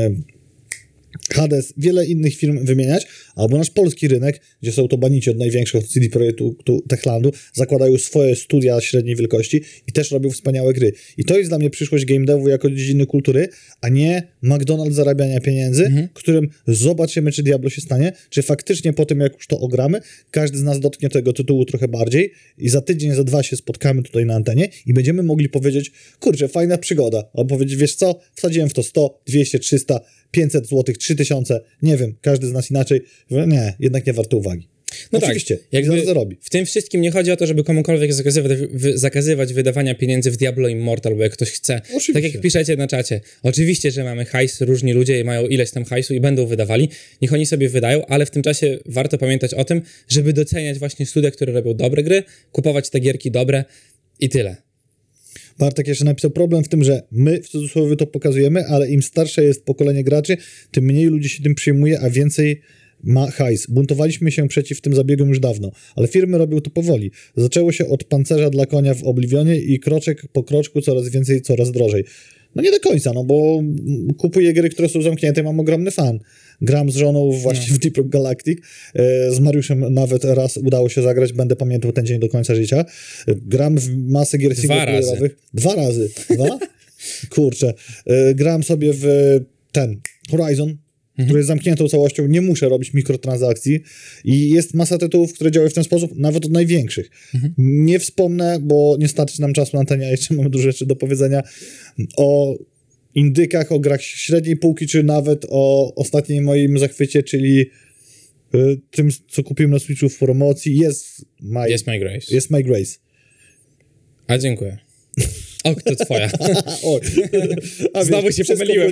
Hades, wiele innych firm wymieniać, albo nasz polski rynek, gdzie są to banici od największych CD Projektu Techlandu, zakładają swoje studia średniej wielkości i też robią wspaniałe gry. I to jest dla mnie przyszłość game devu jako dziedziny kultury, a nie McDonald's zarabiania pieniędzy, którym zobaczymy, czy Diablo się stanie, czy faktycznie po tym, jak już to ogramy, każdy z nas dotknie tego tytułu trochę bardziej i za tydzień, za dwa się spotkamy tutaj na antenie i będziemy mogli powiedzieć, kurczę, fajna przygoda, albo powiedzieć, wiesz co, wsadziłem w to 100, 200, 300, 500 zł, 3000, nie wiem, każdy z nas inaczej, nie, jednak nie warto uwagi. No oczywiście, tak, jakby w tym wszystkim nie chodzi o to, żeby komukolwiek zakazywać wydawania pieniędzy w Diablo Immortal, bo jak ktoś chce, oczywiście. Tak jak piszecie na czacie, oczywiście, że mamy hajs, różni ludzie mają ileś tam hajsu i będą wydawali, niech oni sobie wydają, ale w tym czasie warto pamiętać o tym, żeby doceniać właśnie studia, które robią dobre gry, kupować te gierki dobre i tyle. Bartek jeszcze napisał, problem w tym, że my w cudzysłowie to pokazujemy, ale im starsze jest pokolenie graczy, tym mniej ludzi się tym przyjmuje, a więcej ma hajs. Buntowaliśmy się przeciw tym zabiegom już dawno, ale firmy robią to powoli. Zaczęło się od pancerza dla konia w Oblivionie i kroczek po kroczku coraz więcej, coraz drożej. No nie do końca, no bo kupuję gry, które są zamknięte, mam ogromny fan. Gram z żoną właśnie w Deep Rock Galactic, z Mariuszem nawet raz udało się zagrać, będę pamiętał ten dzień do końca życia. Gram w masę gier singleplayerowych. 2 razy. 2? Kurczę. Gram sobie w ten Horizon, który jest zamkniętą całością, nie muszę robić mikrotransakcji i jest masa tytułów, które działają w ten sposób, nawet od największych. Nie wspomnę, bo nie starczy nam czasu na antenie, a jeszcze mamy dużo rzeczy do powiedzenia o indykach, o grach średniej półki, czy nawet o ostatnim moim zachwycie, czyli tym, co kupiłem na Switchu w promocji, Yes My Grace. Yes My Grace. A dziękuję. O, to twoja. Oj. Znowu się pomyliłem.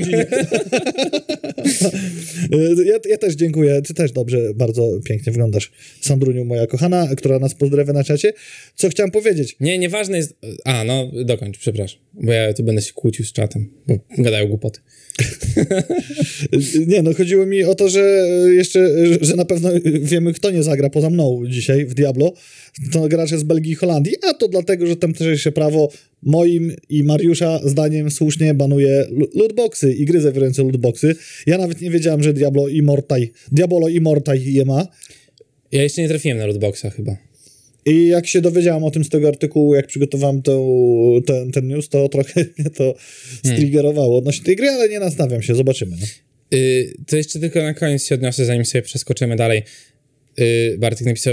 Ja też dziękuję. Ty też dobrze, bardzo pięknie wyglądasz. Sandruniu, moja kochana, która nas pozdrawia na czacie. Co chciałem powiedzieć? Nieważne jest... no dokończ, przepraszam. Bo ja tu będę się kłócił z czatem, bo gadają głupoty. Nie, no chodziło mi o to, że jeszcze, że na pewno wiemy, kto nie zagra poza mną dzisiaj w Diablo. To gracze z Belgii i Holandii, a to dlatego, że tamtejsze prawo moim i Mariusza zdaniem słusznie banuje lootboxy i gry zawierające lootboxy. Ja nawet nie wiedziałem, że Diabolo Immortal je ma. Ja jeszcze nie trafiłem na lootboxa chyba. I jak się dowiedziałem o tym z tego artykułu, jak przygotowałem ten news, to trochę mnie to striggerowało odnośnie tej gry, ale nie nastawiam się, zobaczymy. No. To jeszcze tylko na koniec się odniosę, zanim sobie przeskoczymy dalej. Bartek napisał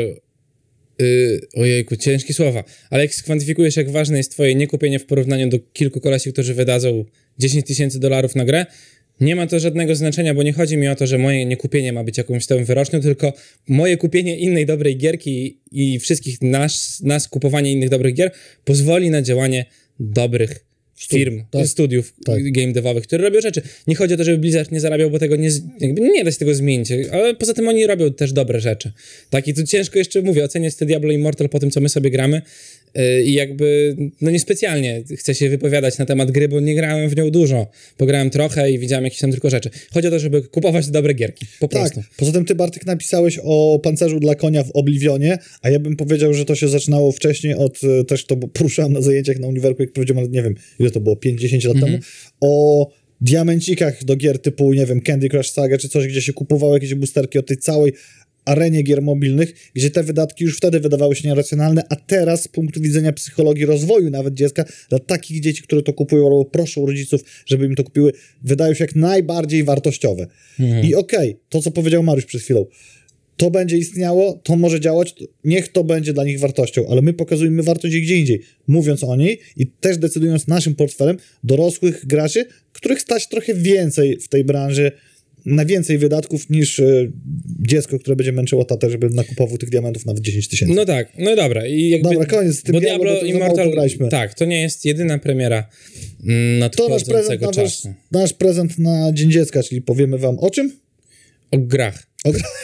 ojejku, ciężkie słowa, ale jak skwantyfikujesz, jak ważne jest twoje niekupienie w porównaniu do kilku kolesi, którzy wydadzą $10,000 na grę, nie ma to żadnego znaczenia, bo nie chodzi mi o to, że moje niekupienie ma być jakąś tą wyrocznią, tylko moje kupienie innej dobrej gierki i wszystkich nas kupowanie innych dobrych gier pozwoli na działanie dobrych firm, studiów game devowych, które robią rzeczy. Nie chodzi o to, żeby Blizzard nie zarabiał, bo tego nie da się tego zmienić, ale poza tym oni robią też dobre rzeczy. Tak, i tu ciężko jeszcze, mówię, oceniać te Diablo Immortal po tym, co my sobie gramy i jakby, no niespecjalnie chcę się wypowiadać na temat gry, bo nie grałem w nią dużo. Pograłem trochę i widziałem jakieś tam tylko rzeczy. Chodzi o to, żeby kupować dobre gierki, po prostu. Tak, poza tym ty, Bartek, napisałeś o pancerzu dla konia w Oblivionie, a ja bym powiedział, że to się zaczynało wcześniej też to poruszałem na zajęciach na uniwerku, jak powiedziałem, ale nie wiem, ile to było, 5-10 lat temu, o diamencikach do gier typu, nie wiem, Candy Crush Saga, czy coś, gdzie się kupowało jakieś boosterki o tej całej arenie gier mobilnych, gdzie te wydatki już wtedy wydawały się nieracjonalne, a teraz z punktu widzenia psychologii rozwoju nawet dziecka, dla takich dzieci, które to kupują albo proszą rodziców, żeby im to kupiły, wydają się jak najbardziej wartościowe. I okej, to co powiedział Mariusz przed chwilą, to będzie istniało, to może działać, niech to będzie dla nich wartością, ale my pokazujemy wartość gdzie indziej, mówiąc o niej i też decydując naszym portfelem dorosłych graczy, których stać trochę więcej w tej branży, na więcej wydatków niż dziecko, które będzie męczyło tatę, żeby nakupował tych diamentów nawet 10,000. No tak, no dobra. I jakby, dobra, koniec z tym Diablo Immortal, tak, to nie jest jedyna premiera nadchodzącego czasu. Nasz prezent na Dzień Dziecka, czyli powiemy wam o czym? O grach.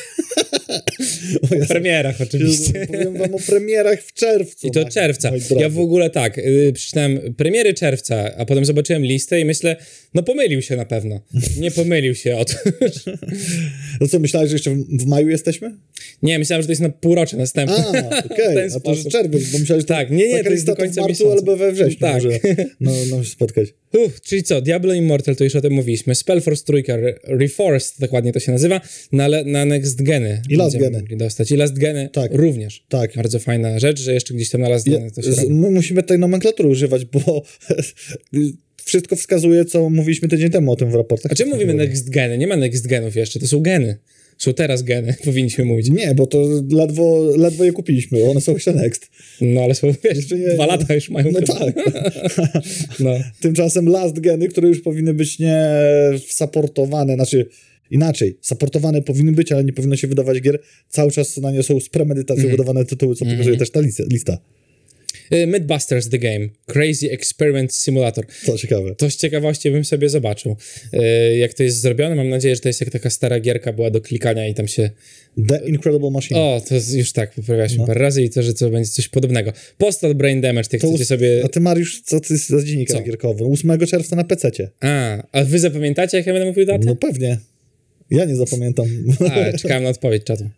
O premierach oczywiście. Powiem wam o premierach w czerwcu. I to czerwca. Ja w ogóle tak, przeczytałem premiery czerwca, a potem zobaczyłem listę i myślę, no pomylił się na pewno. Nie pomylił się. No co, myślałeś, że jeszcze w maju jesteśmy? Nie, myślałem, że to jest na półrocze następne. Okej, a to jest czerwiec, bo myślałeś, że tak, nie, to jest do końca w marcu albo we wrześniu tak. może no się spotkać. Czyli co, Diablo Immortal, to już o tym mówiliśmy. Spellforce trójka, Reforced, dokładnie to się nazywa, na next geny. I last geny. Dostać. I last geny również. Tak. Bardzo fajna rzecz, że jeszcze gdzieś tam na last geny to się robi. My musimy tej nomenklatury używać, bo wszystko wskazuje, co mówiliśmy tydzień temu o tym w raportach. A czym mówimy next geny? Nie ma next genów jeszcze, to są geny. Są teraz geny, powinniśmy mówić. Nie, bo to ledwo je kupiliśmy, one są jeszcze next. No ale są, wiesz, 2 lata już mają. No tak. No. Tymczasem last geny, które już powinny być nie supportowane, znaczy inaczej, supportowane powinny być, ale nie powinno się wydawać gier. Cały czas na nie są z premedytacją wydawane tytuły, co pokazuje też ta lista. Mythbusters The Game. Crazy Experiment Simulator. To ciekawe. To z ciekawości bym sobie zobaczył. Jak to jest zrobione, mam nadzieję, że to jest jak taka stara gierka była do klikania i tam się... The Incredible Machine. O, to już tak, poprawialiśmy parę razy i to, że to będzie coś podobnego. Postal Brain Damage, ty chcecie sobie... A ty, Mariusz, co ty jest za dziennikarz gierkowy? 8 czerwca na PC-cie. A wy zapamiętacie, jak ja będę mówił datę? No pewnie. Ja nie zapamiętam. Czekałem na odpowiedź czatu.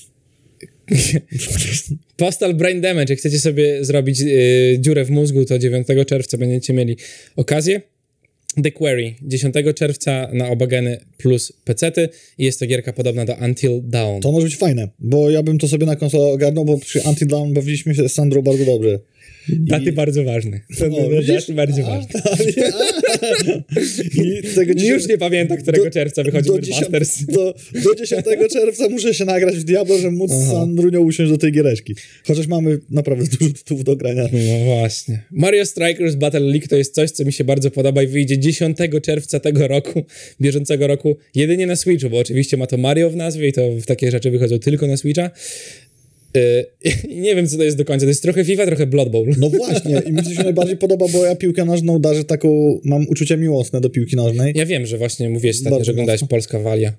Postal Brain Damage. Jak chcecie sobie zrobić dziurę w mózgu, to 9 czerwca będziecie mieli okazję. The Quarry 10 czerwca na oba geny plus pecety i jest to gierka podobna do Until Dawn. To może być fajne, bo ja bym to sobie na konsolę ogarnął, bo przy Until Dawn bawiliśmy się z Sandrą bardzo dobrze. Daty bardzo ważne. Daty bardzo ważne. I tego Już nie pamiętam, którego czerwca wychodzi Masters. Do 10 czerwca muszę się nagrać w Diablo, żeby móc z Sandrunią usiąść do tej giereczki. Chociaż mamy naprawdę dużo tytułów do grania. No właśnie. Mario Strikers Battle League to jest coś, co mi się bardzo podoba i wyjdzie 10 czerwca tego roku, bieżącego roku, jedynie na Switchu, bo oczywiście ma to Mario w nazwie i to takie rzeczy wychodzą tylko na Switcha. Nie wiem, co to jest do końca. To jest trochę FIFA, trochę Blood Bowl. No właśnie. I mi się najbardziej podoba, bo ja piłkę nożną darzę taką... Mam uczucie miłosne do piłki nożnej. Ja wiem, że właśnie mówiłeś ostatnio, że oglądałeś Polska Walia.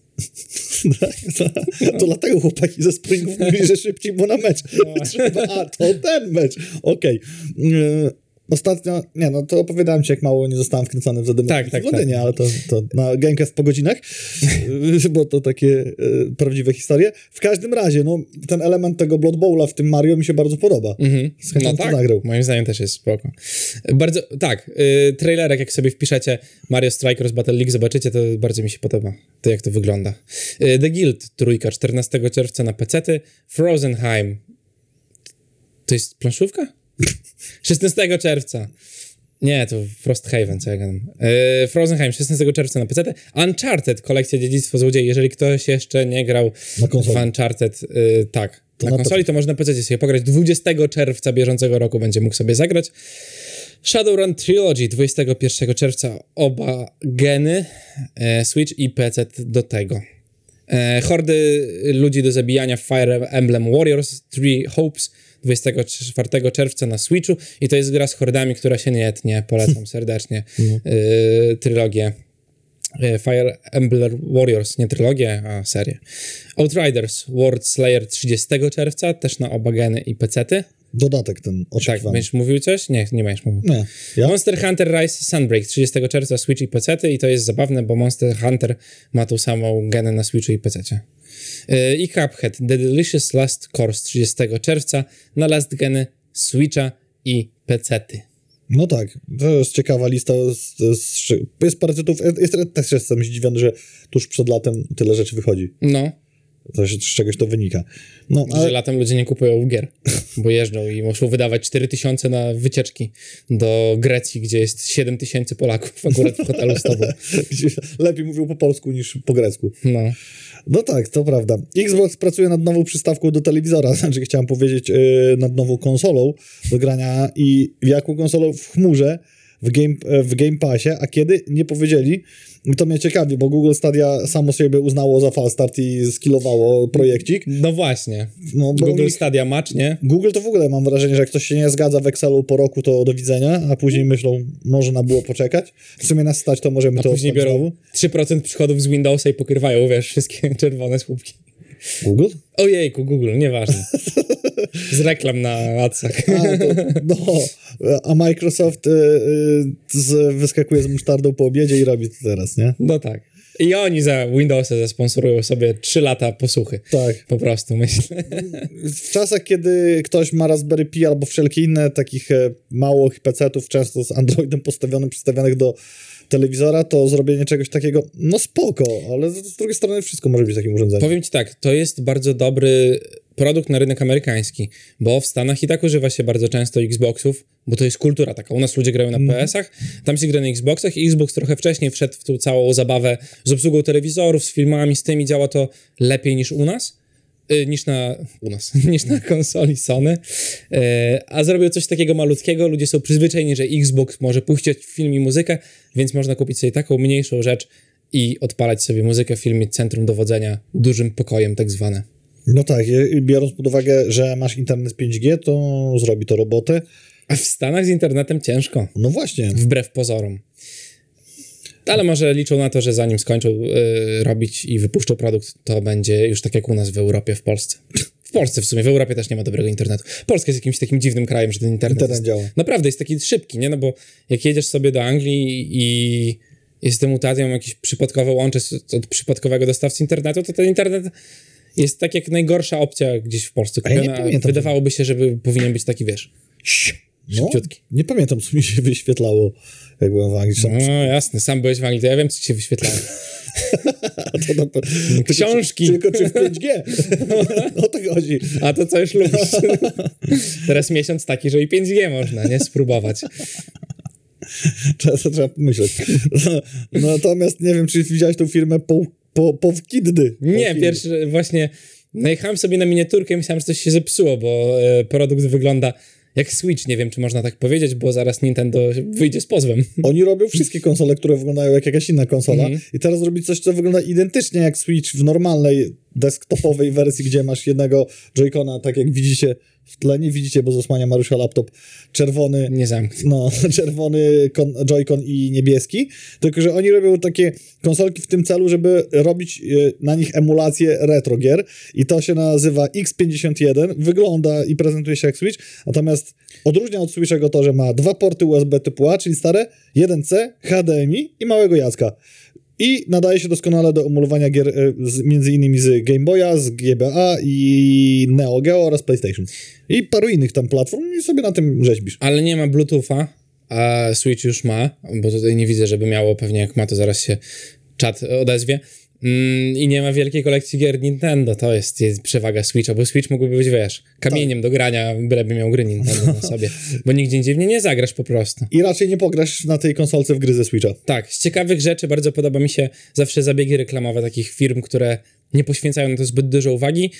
To dlatego chłopaki ze Springów mówili, że szybciej, bo na mecz trzeba. A, to ten mecz. Okej. Ostatnio, to opowiadałem ci, jak mało nie zostałem wkręcony w Zadymę w Londynie, tak. Ale to na Gamecast po godzinach, bo to takie prawdziwe historie. W każdym razie, ten element tego Blood Bowla w tym Mario mi się bardzo podoba. Z chęcią to nagrał. Moim zdaniem też jest spoko. Bardzo, trailerek, jak sobie wpiszecie Mario Strikers Battle League, zobaczycie, to bardzo mi się podoba, to jak to wygląda. The Guild 3, 14 czerwca na pecety. Frozenheim. To jest planszówka? 16 czerwca. Nie, to Frosthaven, co ja gadam. Frozenheim, 16 czerwca na PC. Uncharted, kolekcja Dziedzictwo Złodziei. Jeżeli ktoś jeszcze nie grał w Uncharted, na konsoli, to można na PC sobie pograć. 20 czerwca bieżącego roku będzie mógł sobie zagrać. Shadowrun Trilogy, 21 czerwca oba geny, Switch i PC do tego. Hordy ludzi do zabijania Fire Emblem Warriors 3 Hopes 24 czerwca na Switchu i to jest gra z hordami, która się nie tnie, polecam serdecznie trylogię Fire Emblem Warriors, nie trylogię, a serię. Outriders World Slayer 30 czerwca, też na oba geny i pecety. Dodatek ten oczekiwany. Tak, będziesz mówił coś? Nie będziesz mówił. Nie. Ja? Monster Hunter Rise Sunbreak 30 czerwca Switch i pecety i to jest zabawne, bo Monster Hunter ma tą samą genę na Switchu i pececie. I Cuphead The Delicious Last Course 30 czerwca na last geny Switcha i pecety. No tak, to jest ciekawa lista. Jest parę tytułów. Też jestem zdziwiony, że tuż przed latem tyle rzeczy wychodzi. No. Z czegoś to wynika. Że latem ludzie nie kupują gier, bo jeżdżą i muszą wydawać 4000 na wycieczki do Grecji, gdzie jest 7000 Polaków akurat w hotelu z tobą. Lepiej mówią po polsku niż po grecku. No tak, to prawda. Xbox pracuje nad nową przystawką do telewizora, znaczy chciałem powiedzieć nad nową konsolą do grania i w jaką konsolą? W chmurze, w Game Passie, a kiedy? Nie powiedzieli. To mnie ciekawi, bo Google Stadia samo siebie uznało za falstart i skillowało projekcik. No właśnie. Google Stadia match, nie? Google to w ogóle mam wrażenie, że jak ktoś się nie zgadza w Excelu po roku, to do widzenia, a później myślą, może na było poczekać. W sumie nas stać, to możemy to później biorą 3% przychodów z Windowsa i pokrywają, wszystkie czerwone słupki. Google? Ojejku, Google, nieważne. Z reklam na adsach. A Microsoft wyskakuje z musztardą po obiedzie i robi to teraz, nie? No tak. I oni za Windowsa zasponsorują sobie 3 lata posłuchy. Tak. Po prostu, myślę. W czasach, kiedy ktoś ma Raspberry Pi albo wszelkie inne takich małych PC-ów, często z Androidem przystawionych do telewizora, to zrobienie czegoś takiego, spoko, ale z drugiej strony wszystko może być takim urządzeniem. Powiem ci tak, to jest bardzo dobry produkt na rynek amerykański, bo w Stanach i tak używa się bardzo często Xboxów, bo to jest kultura taka. U nas ludzie grają na PS-ach, tam się gra na Xboxach i Xbox trochę wcześniej wszedł w tą całą zabawę z obsługą telewizorów, z filmami, z tym i działa to lepiej niż u nas. Niż na konsoli Sony, a zrobił coś takiego malutkiego, ludzie są przyzwyczajeni, że Xbox może puścić film i muzykę, więc można kupić sobie taką mniejszą rzecz i odpalać sobie muzykę w filmie, centrum dowodzenia, dużym pokojem tak zwane. No tak, biorąc pod uwagę, że masz internet 5G, to zrobi to robotę. A w Stanach z internetem ciężko. No właśnie. Wbrew pozorom. Ale może liczą na to, że zanim skończą robić i wypuszczą produkt, to będzie już tak jak u nas w Europie, w Polsce. W Polsce w sumie, w Europie też nie ma dobrego internetu. Polska jest jakimś takim dziwnym krajem, że ten internet działa. Naprawdę jest taki szybki, nie? No bo jak jedziesz sobie do Anglii i jestem mutacją, jakieś przypadkowe łącze od przypadkowego dostawcy internetu, to ten internet jest tak jak najgorsza opcja gdzieś w Polsce kupiona. Wydawałoby się, żeby powinien być taki, wiesz, szybciutki. Nie pamiętam, co mi się wyświetlało, jak byłem w Anglii. No jasne, sam byłeś w Anglii, to ja wiem, co ci się wyświetlało. Książki. Tylko czy w 5G? O to chodzi. A to co już lubisz? Teraz miesiąc taki, że i 5G można, nie? Spróbować. Trzeba pomyśleć. Natomiast nie wiem, czy widziałeś tą firmę Powkiddy. Nie, pierwszy właśnie najechałem sobie na miniaturkę i myślałem, że coś się zepsuło, bo produkt wygląda jak Switch, nie wiem, czy można tak powiedzieć, bo zaraz Nintendo wyjdzie z pozwem. Oni robią wszystkie konsole, które wyglądają jak jakaś inna konsola i teraz robić coś, co wygląda identycznie jak Switch w normalnej desktopowej wersji, gdzie masz jednego Joy-Cona, tak jak widzicie w tle, nie widzicie, bo zasłania Mariusza laptop, czerwony, nie zamknę. No, czerwony Joy-Con i niebieski, tylko że oni robią takie konsolki w tym celu, żeby robić na nich emulację retro gier i to się nazywa X51, wygląda i prezentuje się jak Switch, natomiast odróżnia od Switcha to, że ma 2 porty USB typu A, czyli stare, 1C, HDMI i małego jacka. I nadaje się doskonale do emulowania gier między innymi z Game Boya, z GBA i Neo Geo oraz PlayStation. I paru innych tam platform i sobie na tym rzeźbisz. Ale nie ma Bluetootha, a Switch już ma, bo tutaj nie widzę, żeby miało, pewnie jak ma, to zaraz się czat odezwie. I nie ma wielkiej kolekcji gier Nintendo, to jest przewaga Switcha, bo Switch mógłby być, wiesz, kamieniem do grania, byleby miał gry Nintendo na sobie, bo nigdzie indziej w nie nie zagrasz po prostu. I raczej nie pograsz na tej konsolce w gry ze Switcha. Tak, z ciekawych rzeczy bardzo podoba mi się zawsze zabiegi reklamowe takich firm, które nie poświęcają na to zbyt dużo uwagi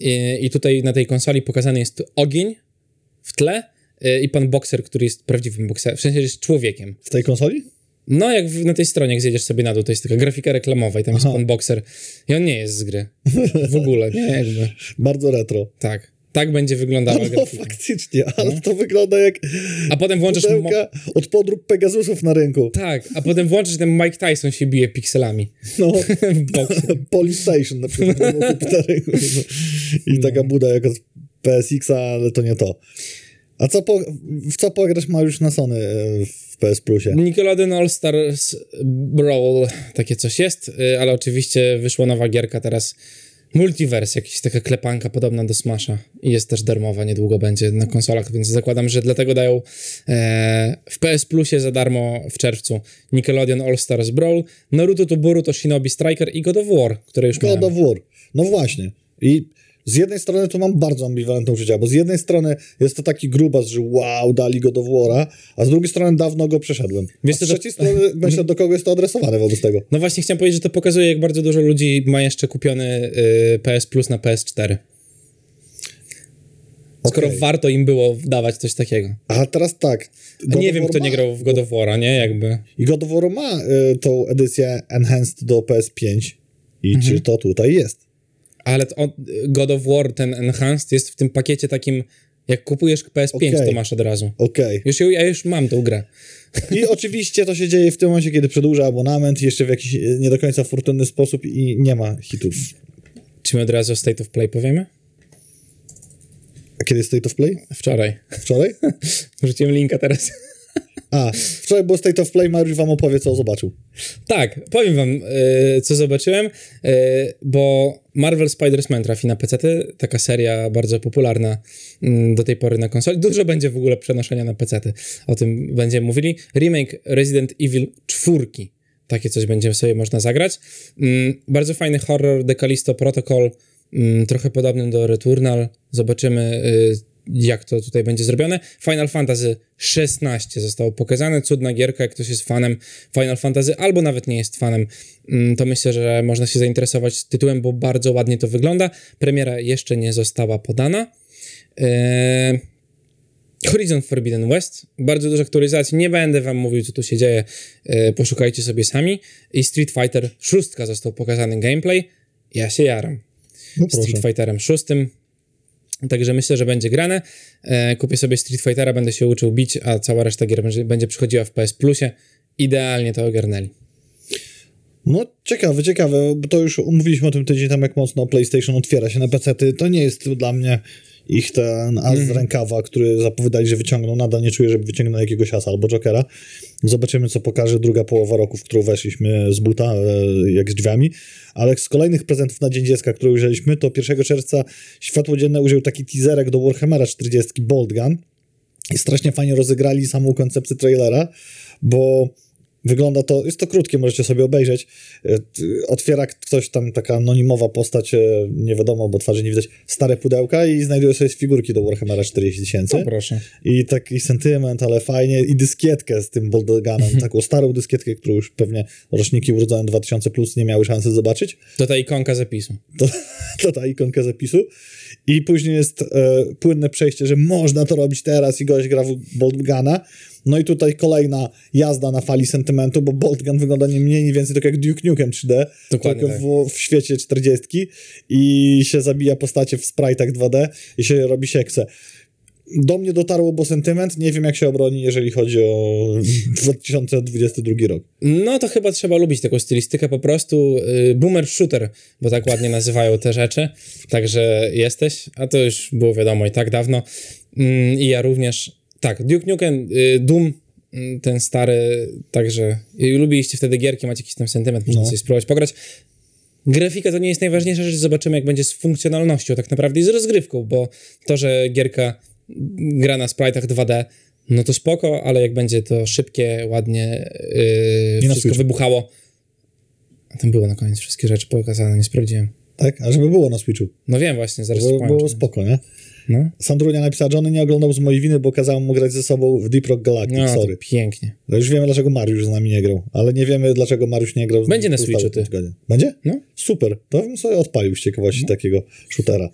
i tutaj na tej konsoli pokazany jest ogień w tle i pan bokser, który jest prawdziwym bokserem, w sensie, że jest człowiekiem. W tej konsoli? No, jak na tej stronie, jak zjedziesz sobie na dół, to jest taka grafika reklamowa i tam jest pan bokser i on nie jest z gry. W ogóle, nie jakby. Bardzo retro. Tak będzie wyglądała grafika. Faktycznie, ale to wygląda jak a potem włączysz od podrób Pegasusów na rynku. Tak, a potem włączysz, ten Mike Tyson się bije pikselami. No, w boksie. Polystation na przykład na rynku. I taka buda jak od PSX-a, ale to nie to. A w co pograsz Mariusz na Sony w PS Plusie? Nickelodeon All Stars Brawl, takie coś jest, ale oczywiście wyszła nowa gierka teraz, Multiverse, jakaś taka klepanka podobna do Smasha i jest też darmowa, niedługo będzie na konsolach, więc zakładam, że dlatego dają w PS Plusie za darmo w czerwcu Nickelodeon All Stars Brawl, Naruto to Boruto Shinobi Striker i God of War, które już miałem. God of War, no właśnie. I z jednej strony to mam bardzo ambiwalentne uczucia, bo z jednej strony jest to taki grubas, że wow, dali God of War'a, a z drugiej strony dawno go przeszedłem. Wiesz, a z trzeciej strony myślę, do kogo jest to adresowane wobec tego. No właśnie chciałem powiedzieć, że to pokazuje, jak bardzo dużo ludzi ma jeszcze kupiony PS Plus na PS4. Skoro warto im było wdawać coś takiego. A teraz tak. Nie wiem, kto nie grał w God of War'a, nie? Jakby. I God of War ma tą edycję Enhanced do PS5 i czy to tutaj jest? Ale God of War, ten Enhanced jest w tym pakiecie takim, jak kupujesz PS5, to masz od razu. Ja już mam tą grę. I oczywiście to się dzieje w tym momencie, kiedy przedłuża abonament, jeszcze w jakiś nie do końca fortunny sposób i nie ma hitów. Czy my od razu State of Play powiemy? A kiedy jest State of Play? Wczoraj. Wczoraj? Wrzuciłem linka teraz. Wczoraj było State of Play, Mariusz wam opowie, co zobaczył. Tak, powiem wam, co zobaczyłem, bo Marvel Spider-Man trafi na PC-ty, taka seria bardzo popularna do tej pory na konsoli. Dużo będzie w ogóle przenoszenia na PC-ty, o tym będziemy mówili. Remake Resident Evil 4. Takie coś będzie sobie można zagrać. Bardzo fajny horror, The Callisto Protocol, trochę podobny do Returnal. Zobaczymy, jak to tutaj będzie zrobione. Final Fantasy XVI zostało pokazane. Cudna gierka, jak ktoś jest fanem Final Fantasy, albo nawet nie jest fanem, to myślę, że można się zainteresować tytułem, bo bardzo ładnie to wygląda. Premiera jeszcze nie została podana. Horizon Forbidden West. Bardzo dużo aktualizacji. Nie będę wam mówił, co tu się dzieje. Poszukajcie sobie sami. I Street Fighter 6 został pokazany gameplay. Ja się jaram. Street Fighterem 6. Także myślę, że będzie grane. Kupię sobie Street Fightera, będę się uczył bić, a cała reszta gier będzie przychodziła w PS Plusie. Idealnie to ogarnęli. No ciekawe, bo to już mówiliśmy o tym tydzień tam, jak mocno PlayStation otwiera się na PC-ty. To nie jest dla mnie ich ten as z rękawa, który zapowiadali, że wyciągną, nadal nie czuję, żeby wyciągnął jakiegoś asa albo Jokera. Zobaczymy, co pokaże druga połowa roku, w którą weszliśmy z buta, jak z drzwiami. Ale z kolejnych prezentów na Dzień Dziecka, które ujrzeliśmy, to 1 czerwca światło dzienne ujrzał taki teaserek do Warhammera 40 Bolt Gun i strasznie fajnie rozegrali samą koncepcję trailera, bo wygląda to, jest to krótkie, możecie sobie obejrzeć. Otwiera ktoś tam, taka anonimowa postać, nie wiadomo, bo twarzy nie widać, stare pudełka i znajduje sobie figurki do Warhammera 40 000. No proszę. I taki sentyment, ale fajnie. I dyskietkę z tym Bolt Gunem, taką starą dyskietkę, którą już pewnie roczniki urodzone 2000 plus nie miały szansy zobaczyć. To ta ikonka zapisu. To ta ikonka zapisu. I później jest płynne przejście, że można to robić teraz i gość gra w Bolt Guna. No i tutaj kolejna jazda na fali sentymentu, bo Bolt Gun wygląda nie mniej, nie więcej tak jak Duke Nukem 3D, Dokładnie tylko w świecie 40 i się zabija postacie w sprite'ach 2D i się robi siekse. Do mnie dotarło, bo sentyment, nie wiem jak się obroni, jeżeli chodzi o 2022 rok. No to chyba trzeba lubić taką stylistykę po prostu. Boomer shooter, bo tak ładnie nazywają te rzeczy. Także jesteś, a to już było wiadomo i tak dawno. I ja również. Tak, Duke Nukem, Doom, ten stary, także lubiliście wtedy gierki, macie jakiś tam sentyment, można sobie spróbować pograć. Grafika to nie jest najważniejsza rzecz, zobaczymy jak będzie z funkcjonalnością tak naprawdę i z rozgrywką, bo to, że gierka gra na sprite'ach 2D, no to spoko, ale jak będzie to szybkie, ładnie, wszystko wybuchało. A tam było na koniec wszystkie rzeczy pokazane, nie sprawdziłem. Tak? A żeby było na Switchu. No wiem właśnie, zaraz było spoko, nie? No. Sandrunia napisała, Johnny nie oglądał z mojej winy, bo kazałem mu grać ze sobą w Deep Rock Galactic, sorry. Pięknie. No już wiemy, dlaczego Mariusz z nami nie grał, ale nie wiemy, dlaczego Mariusz nie grał z nami. Będzie na Switchu, ty. Będzie? No. Super, to bym sobie odpalił z ciekawości takiego shootera.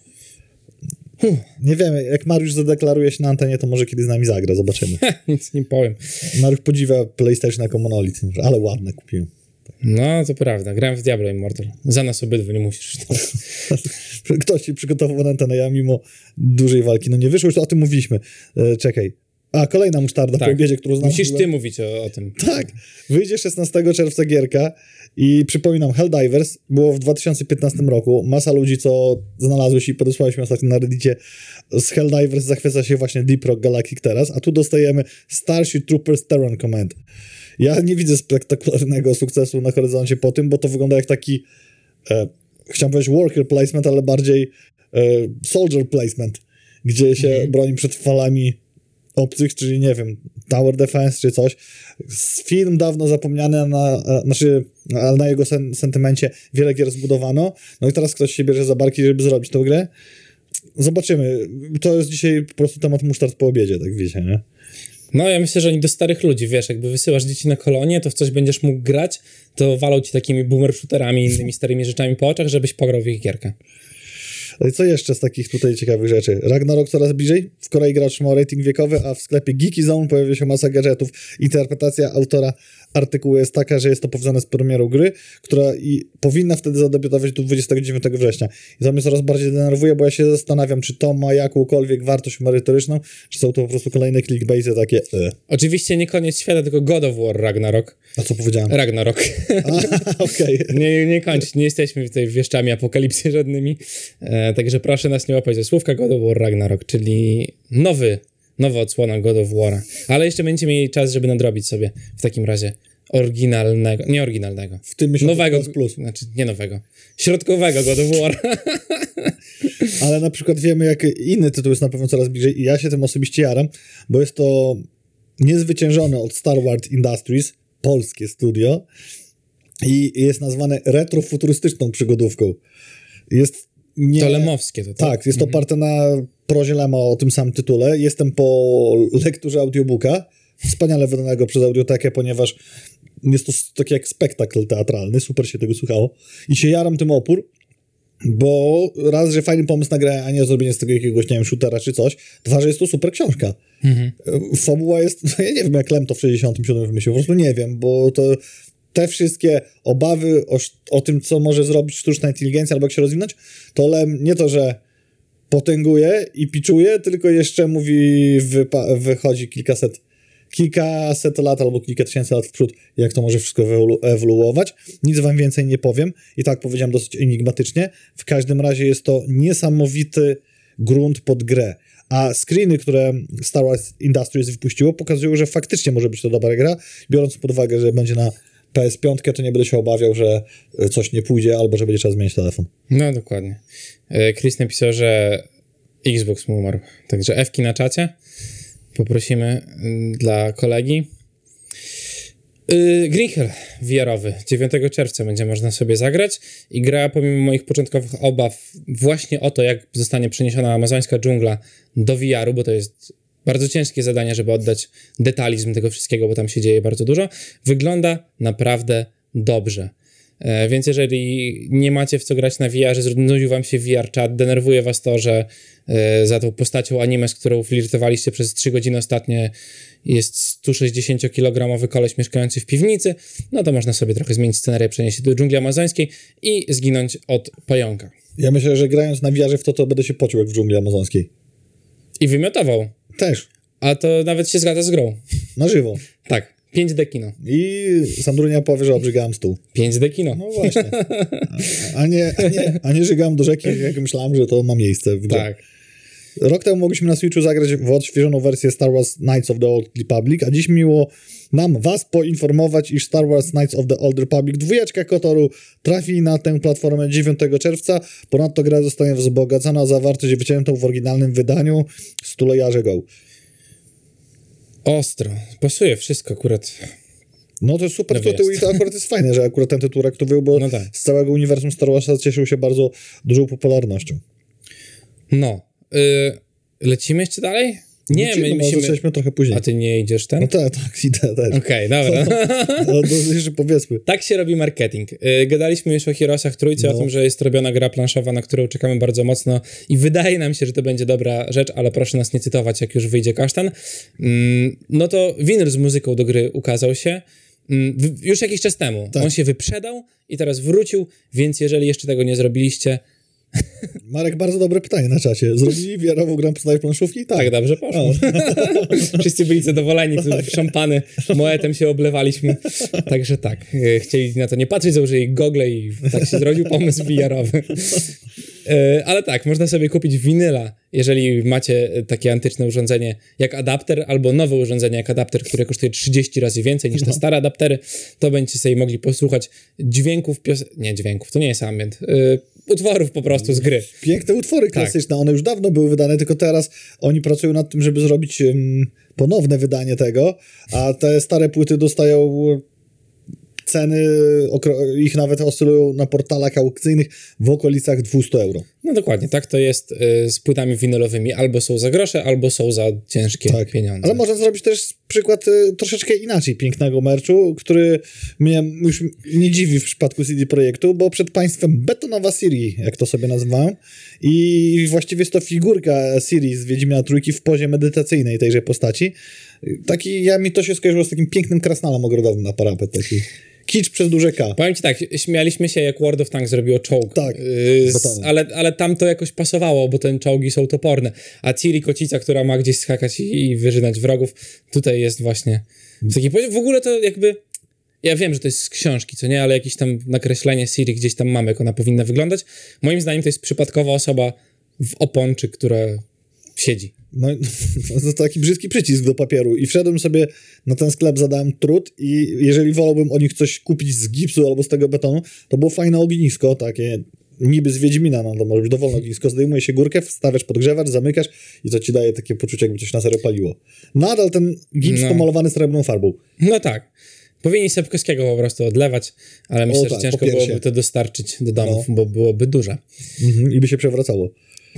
Nie wiemy, jak Mariusz zadeklaruje się na antenie, to może kiedy z nami zagra, zobaczymy. Nic nie powiem. Mariusz podziwia PlayStation jako monolit, ale ładne kupiłem. No, to prawda. Grałem w Diablo Immortal. Za nas obydwu nie musisz. Ktoś ci przygotował na antenę, ja mimo dużej walki. No nie wyszło, już o tym mówiliśmy. Czekaj. Kolejna musztarda po obiedzie, którą znam. Musisz ty mówić o tym. Tak. Wyjdzie 16 czerwca gierka i przypominam, Helldivers było w 2015 roku. Masa ludzi, co znalazłeś i podesłałeś mi ostatnio na Reddicie, z Helldivers zachwyca się właśnie Deep Rock Galactic teraz, a tu dostajemy Starship Troopers Terran Command. Ja nie widzę spektakularnego sukcesu na horyzoncie po tym, bo to wygląda jak taki chciałem powiedzieć worker placement, ale bardziej soldier placement, gdzie się broni przed falami obcych, czyli nie wiem, Tower Defense czy coś. Film dawno zapomniany, ale na jego sentymencie wiele gier zbudowano. No i teraz ktoś się bierze za barki, żeby zrobić tę grę. Zobaczymy. To jest dzisiaj po prostu temat musztard po obiedzie, tak wiecie, nie? No ja myślę, że oni do starych ludzi, wiesz, jakby wysyłasz dzieci na kolonię, to w coś będziesz mógł grać, to walą ci takimi boomer shooterami i innymi starymi rzeczami po oczach, żebyś pograł w ich gierkę. Ale co jeszcze z takich tutaj ciekawych rzeczy? Ragnarok coraz bliżej. W Korei gra otrzymał rating wiekowy, a w sklepie Geeky Zone pojawia się masa gadżetów. Interpretacja autora artykułu jest taka, że jest to powiązane z premierą gry, która powinna wtedy zadebiutować do 29 września. I to mnie coraz bardziej denerwuje, bo ja się zastanawiam, czy to ma jakąkolwiek wartość merytoryczną, czy są to po prostu kolejne clickbaity takie Oczywiście nie koniec świata, tylko God of War Ragnarok. A co powiedziałem? Ragnarok. Okej. Nie kończ, nie jesteśmy tutaj wieszczami apokalipsy żadnymi. Także proszę nas nie łapać ze słówka God of War Ragnarok, czyli nowa odsłona God of War'a. Ale jeszcze będziecie mieli czas, żeby nadrobić sobie w takim razie nie oryginalnego. W tym miesiącu nowego, plus. Znaczy nie nowego, środkowego God of War. Ale na przykład wiemy, jak inny tytuł jest na pewno coraz bliżej i ja się tym osobiście jaram, bo jest to niezwyciężone od Star Wars Industries, polskie studio i jest nazwane retrofuturystyczną przygodówką. To lemowskie to, tak? Tak, jest oparte na prozie Lema o tym samym tytule. Jestem po lekturze audiobooka, wspaniale wydanego przez Audiotekę, ponieważ jest to taki jak spektakl teatralny, super się tego słuchało i się jaram tym opór, bo raz, że fajny pomysł na grę, a nie zrobienie z tego jakiegoś, nie wiem, shootera czy coś, dwa, że jest to super książka. Fabuła jest, no ja nie wiem, jak Lem to w 67 wymyślił, po prostu nie wiem, bo to te wszystkie obawy o tym, co może zrobić sztuczna inteligencja albo jak się rozwinąć, to Lem nie to, że potęguje i piczuje, tylko jeszcze mówi, wychodzi kilkaset lat albo kilka tysięcy lat w przód, jak to może wszystko ewoluować. Nic wam więcej nie powiem. I tak powiedziałem dosyć enigmatycznie. W każdym razie jest to niesamowity grunt pod grę. A screeny, które Star Wars Industries wypuściło, pokazują, że faktycznie może być to dobra gra, biorąc pod uwagę, że będzie na PS5, to nie będę się obawiał, że coś nie pójdzie, albo że będzie trzeba zmienić telefon. No, dokładnie. Chris napisał, że Xbox mu umarł. Także F-ki na czacie. Poprosimy dla kolegi. Green Hill VR-owy. 9 czerwca będzie można sobie zagrać i gra, pomimo moich początkowych obaw właśnie o to, jak zostanie przeniesiona amazońska dżungla do VR-u, bo to jest bardzo ciężkie zadanie, żeby oddać detalizm tego wszystkiego, bo tam się dzieje bardzo dużo, wygląda naprawdę dobrze. Więc jeżeli nie macie w co grać na VR-ze, znudził wam się VR chat, denerwuje was to, że za tą postacią anime, z którą flirtowaliście przez 3 godziny ostatnie, jest 160-kilogramowy koleś mieszkający w piwnicy, no to można sobie trochę zmienić scenarię, przenieść się do dżungli amazońskiej i zginąć od pająka. Ja myślę, że grając na VR-ze w to będę się pocił jak w dżungli amazońskiej. I wymiotował. Też. A to nawet się zgadza z grą. Na żywo. Tak. 5D kino. I Sandrunia powie, że obrzygałem stół. 5D kino. No właśnie. A nie żygałem do rzeki, jak myślałem, że to ma miejsce w grze. Tak. Rok temu mogliśmy na Switchu zagrać w odświeżoną wersję Star Wars Knights of the Old Republic, a dziś miło nam was poinformować, iż Star Wars Knights of the Old Republic 2 KOTOR-u trafi na tę platformę 9 czerwca. Ponadto gra zostanie wzbogacona o zawartość wyciętą w oryginalnym wydaniu 100 Years Ago. Ostro. Pasuje wszystko akurat. No to jest super No tytuł i to akurat jest fajne, że akurat ten tytuł rektował, bo No tak. z całego uniwersum Star Warsa cieszył się bardzo dużą popularnością. No. Lecimy jeszcze dalej? Nie, Wrócimy, my musimy... zaczęliśmy trochę później. A ty nie idziesz ten? No tak, idę też. Okej, dobra. No to jeszcze powiedzmy. Tak się robi marketing. Gadaliśmy już o Heroesach Trójce, o tym, że jest robiona gra planszowa, na którą czekamy bardzo mocno i wydaje nam się, że to będzie dobra rzecz, ale proszę nas nie cytować, jak już wyjdzie kasztan. No to winyl z muzyką do gry ukazał się już jakiś czas temu. Tak. On się wyprzedał i teraz wrócił, więc jeżeli jeszcze tego nie zrobiliście... Marek, bardzo dobre pytanie na czacie. Zrobili VR-ową grę podstawie planszówki? Tak, dobrze poszło. Wszyscy byli zadowoleni, szampany, moetem się oblewaliśmy. Także tak, chcieli na to nie patrzeć, założyli gogle i tak się zrodził pomysł VR-owy. Ale tak, można sobie kupić winyla, jeżeli macie takie antyczne urządzenie jak adapter, albo nowe urządzenie jak adapter, które kosztuje 30 razy więcej niż te stare adaptery, to będziecie sobie mogli posłuchać dźwięków, to nie jest ambient, utworów po prostu z gry. Piękne utwory klasyczne, one już dawno były wydane, tylko teraz oni pracują nad tym, żeby zrobić ponowne wydanie tego, a te stare płyty dostają ceny, ich nawet oscylują na portalach aukcyjnych w okolicach 200 euro. No dokładnie, tak to jest z płytami winylowymi. Albo są za grosze, albo są za ciężkie pieniądze. Ale można zrobić też przykład troszeczkę inaczej pięknego merchu, który mnie już nie dziwi w przypadku CD Projektu, bo przed państwem betonowa Ciri, jak to sobie nazywałem, i właściwie jest to figurka Ciri z Wiedźmina Trójki w pozie medytacyjnej tejże postaci. Mi to się skojarzyło z takim pięknym krasnalem ogrodowym na parapet, taki kicz przez duże K. Powiem ci tak, śmialiśmy się, jak World of Tanks zrobiło czołg. Tak, ale tam to jakoś pasowało, bo te czołgi są toporne. A Ciri kocica, która ma gdzieś skakać i wyżynać wrogów, tutaj jest właśnie taki poziom. W ogóle to jakby... Ja wiem, że to jest z książki, co nie? Ale jakieś tam nakreślenie Ciri gdzieś tam mamy, jak ona powinna wyglądać. Moim zdaniem to jest przypadkowa osoba w oponczy, która siedzi. No to taki brzydki przycisk do papieru i wszedłem sobie na ten sklep, zadałem trud i jeżeli wolałbym o nich coś kupić z gipsu albo z tego betonu, to było fajne ognisko, takie niby z Wiedźmina, no to może być dowolne ognisko, zdejmuje się górkę, wstawiasz podgrzewacz, zamykasz i to ci daje takie poczucie, jakby coś na serio paliło. Nadal ten gips pomalowany srebrną farbą. No tak. Powinni Sepkowskiego po prostu odlewać, ale myślę, że ciężko byłoby to dostarczyć do domów, bo byłoby duże. I by się przewracało.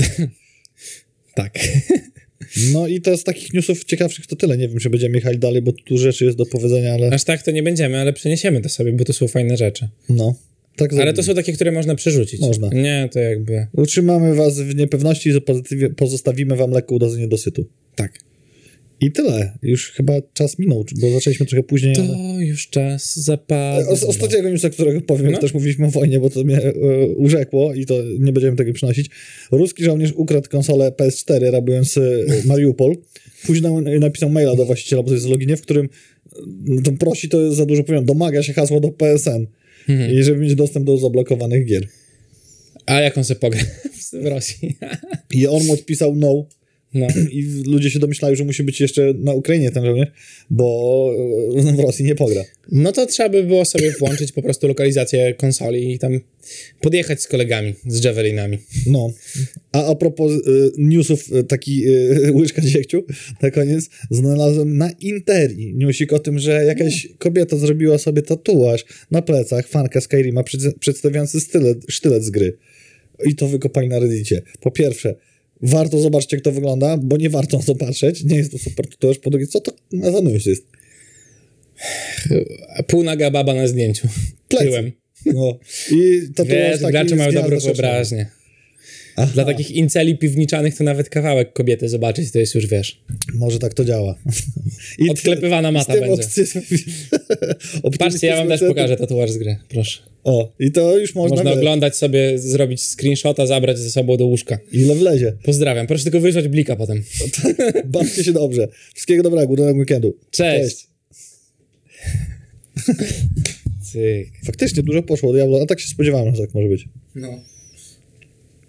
Tak. No i to z takich newsów ciekawszych to tyle. Nie wiem, czy będziemy jechali dalej, bo tu rzeczy jest do powiedzenia, ale... Aż tak to nie będziemy, ale przeniesiemy to sobie, bo to są fajne rzeczy. No. Tak ale to są takie, które można przerzucić. Można. Nie, to jakby... Utrzymamy was w niepewności i pozostawimy wam lekko udadzenie niedosytu. Tak. I tyle. Już chyba czas minął, bo zaczęliśmy trochę później. To już czas zapadł. Ostatniego newsa, którego powiem, też mówiliśmy o wojnie, bo to mnie urzekło i to nie będziemy tego przynosić. Ruski żołnierz ukradł konsolę PS4, rabując Mariupol. Później napisał maila do właściciela, bo to jest w loginie, w którym to prosi, to jest za dużo powiem, domaga się hasła do PSN. I żeby mieć dostęp do zablokowanych gier. A jak on sobie pogra w Rosji? I on mu odpisał no. No. I ludzie się domyślają, że musi być jeszcze na Ukrainie ten żołnierz, bo w Rosji nie pogra. No to trzeba by było sobie włączyć po prostu lokalizację konsoli i tam podjechać z kolegami, z javelinami. No. A propos newsów, taki łyżka dziegciu, na koniec znalazłem na Interi newsik o tym, że jakaś kobieta zrobiła sobie tatuaż na plecach, fanka Skyrima przedstawiający sztylet z gry. I to wykopali na Reddicie. Po pierwsze, warto zobaczyć, jak to wygląda, bo nie warto na to patrzeć. Nie jest to super tatuaż. Po drugie, co to za news jest? Półnaga baba na zdjęciu. Plecy. Tyłem. No. I tatuaż Wiesz, taki gracze mają z dobrą gniazda wyobraźnię. Aha. Dla takich inceli piwniczanych to nawet kawałek kobiety zobaczyć, to jest już, wiesz, Może tak to działa. I odklepywana mata będzie. Patrzcie, ja wam też pokażę tatuaż z gry, proszę. O, i to już można oglądać sobie, zrobić screenshota, zabrać ze sobą do łóżka. Ile wlezie. Pozdrawiam. Proszę tylko wysłać blika potem. Bawcie się dobrze. Wszystkiego dobrego, udanego weekendu. Cześć. Cyk. Faktycznie dużo poszło Diablo, a tak się spodziewałem, że tak może być. No.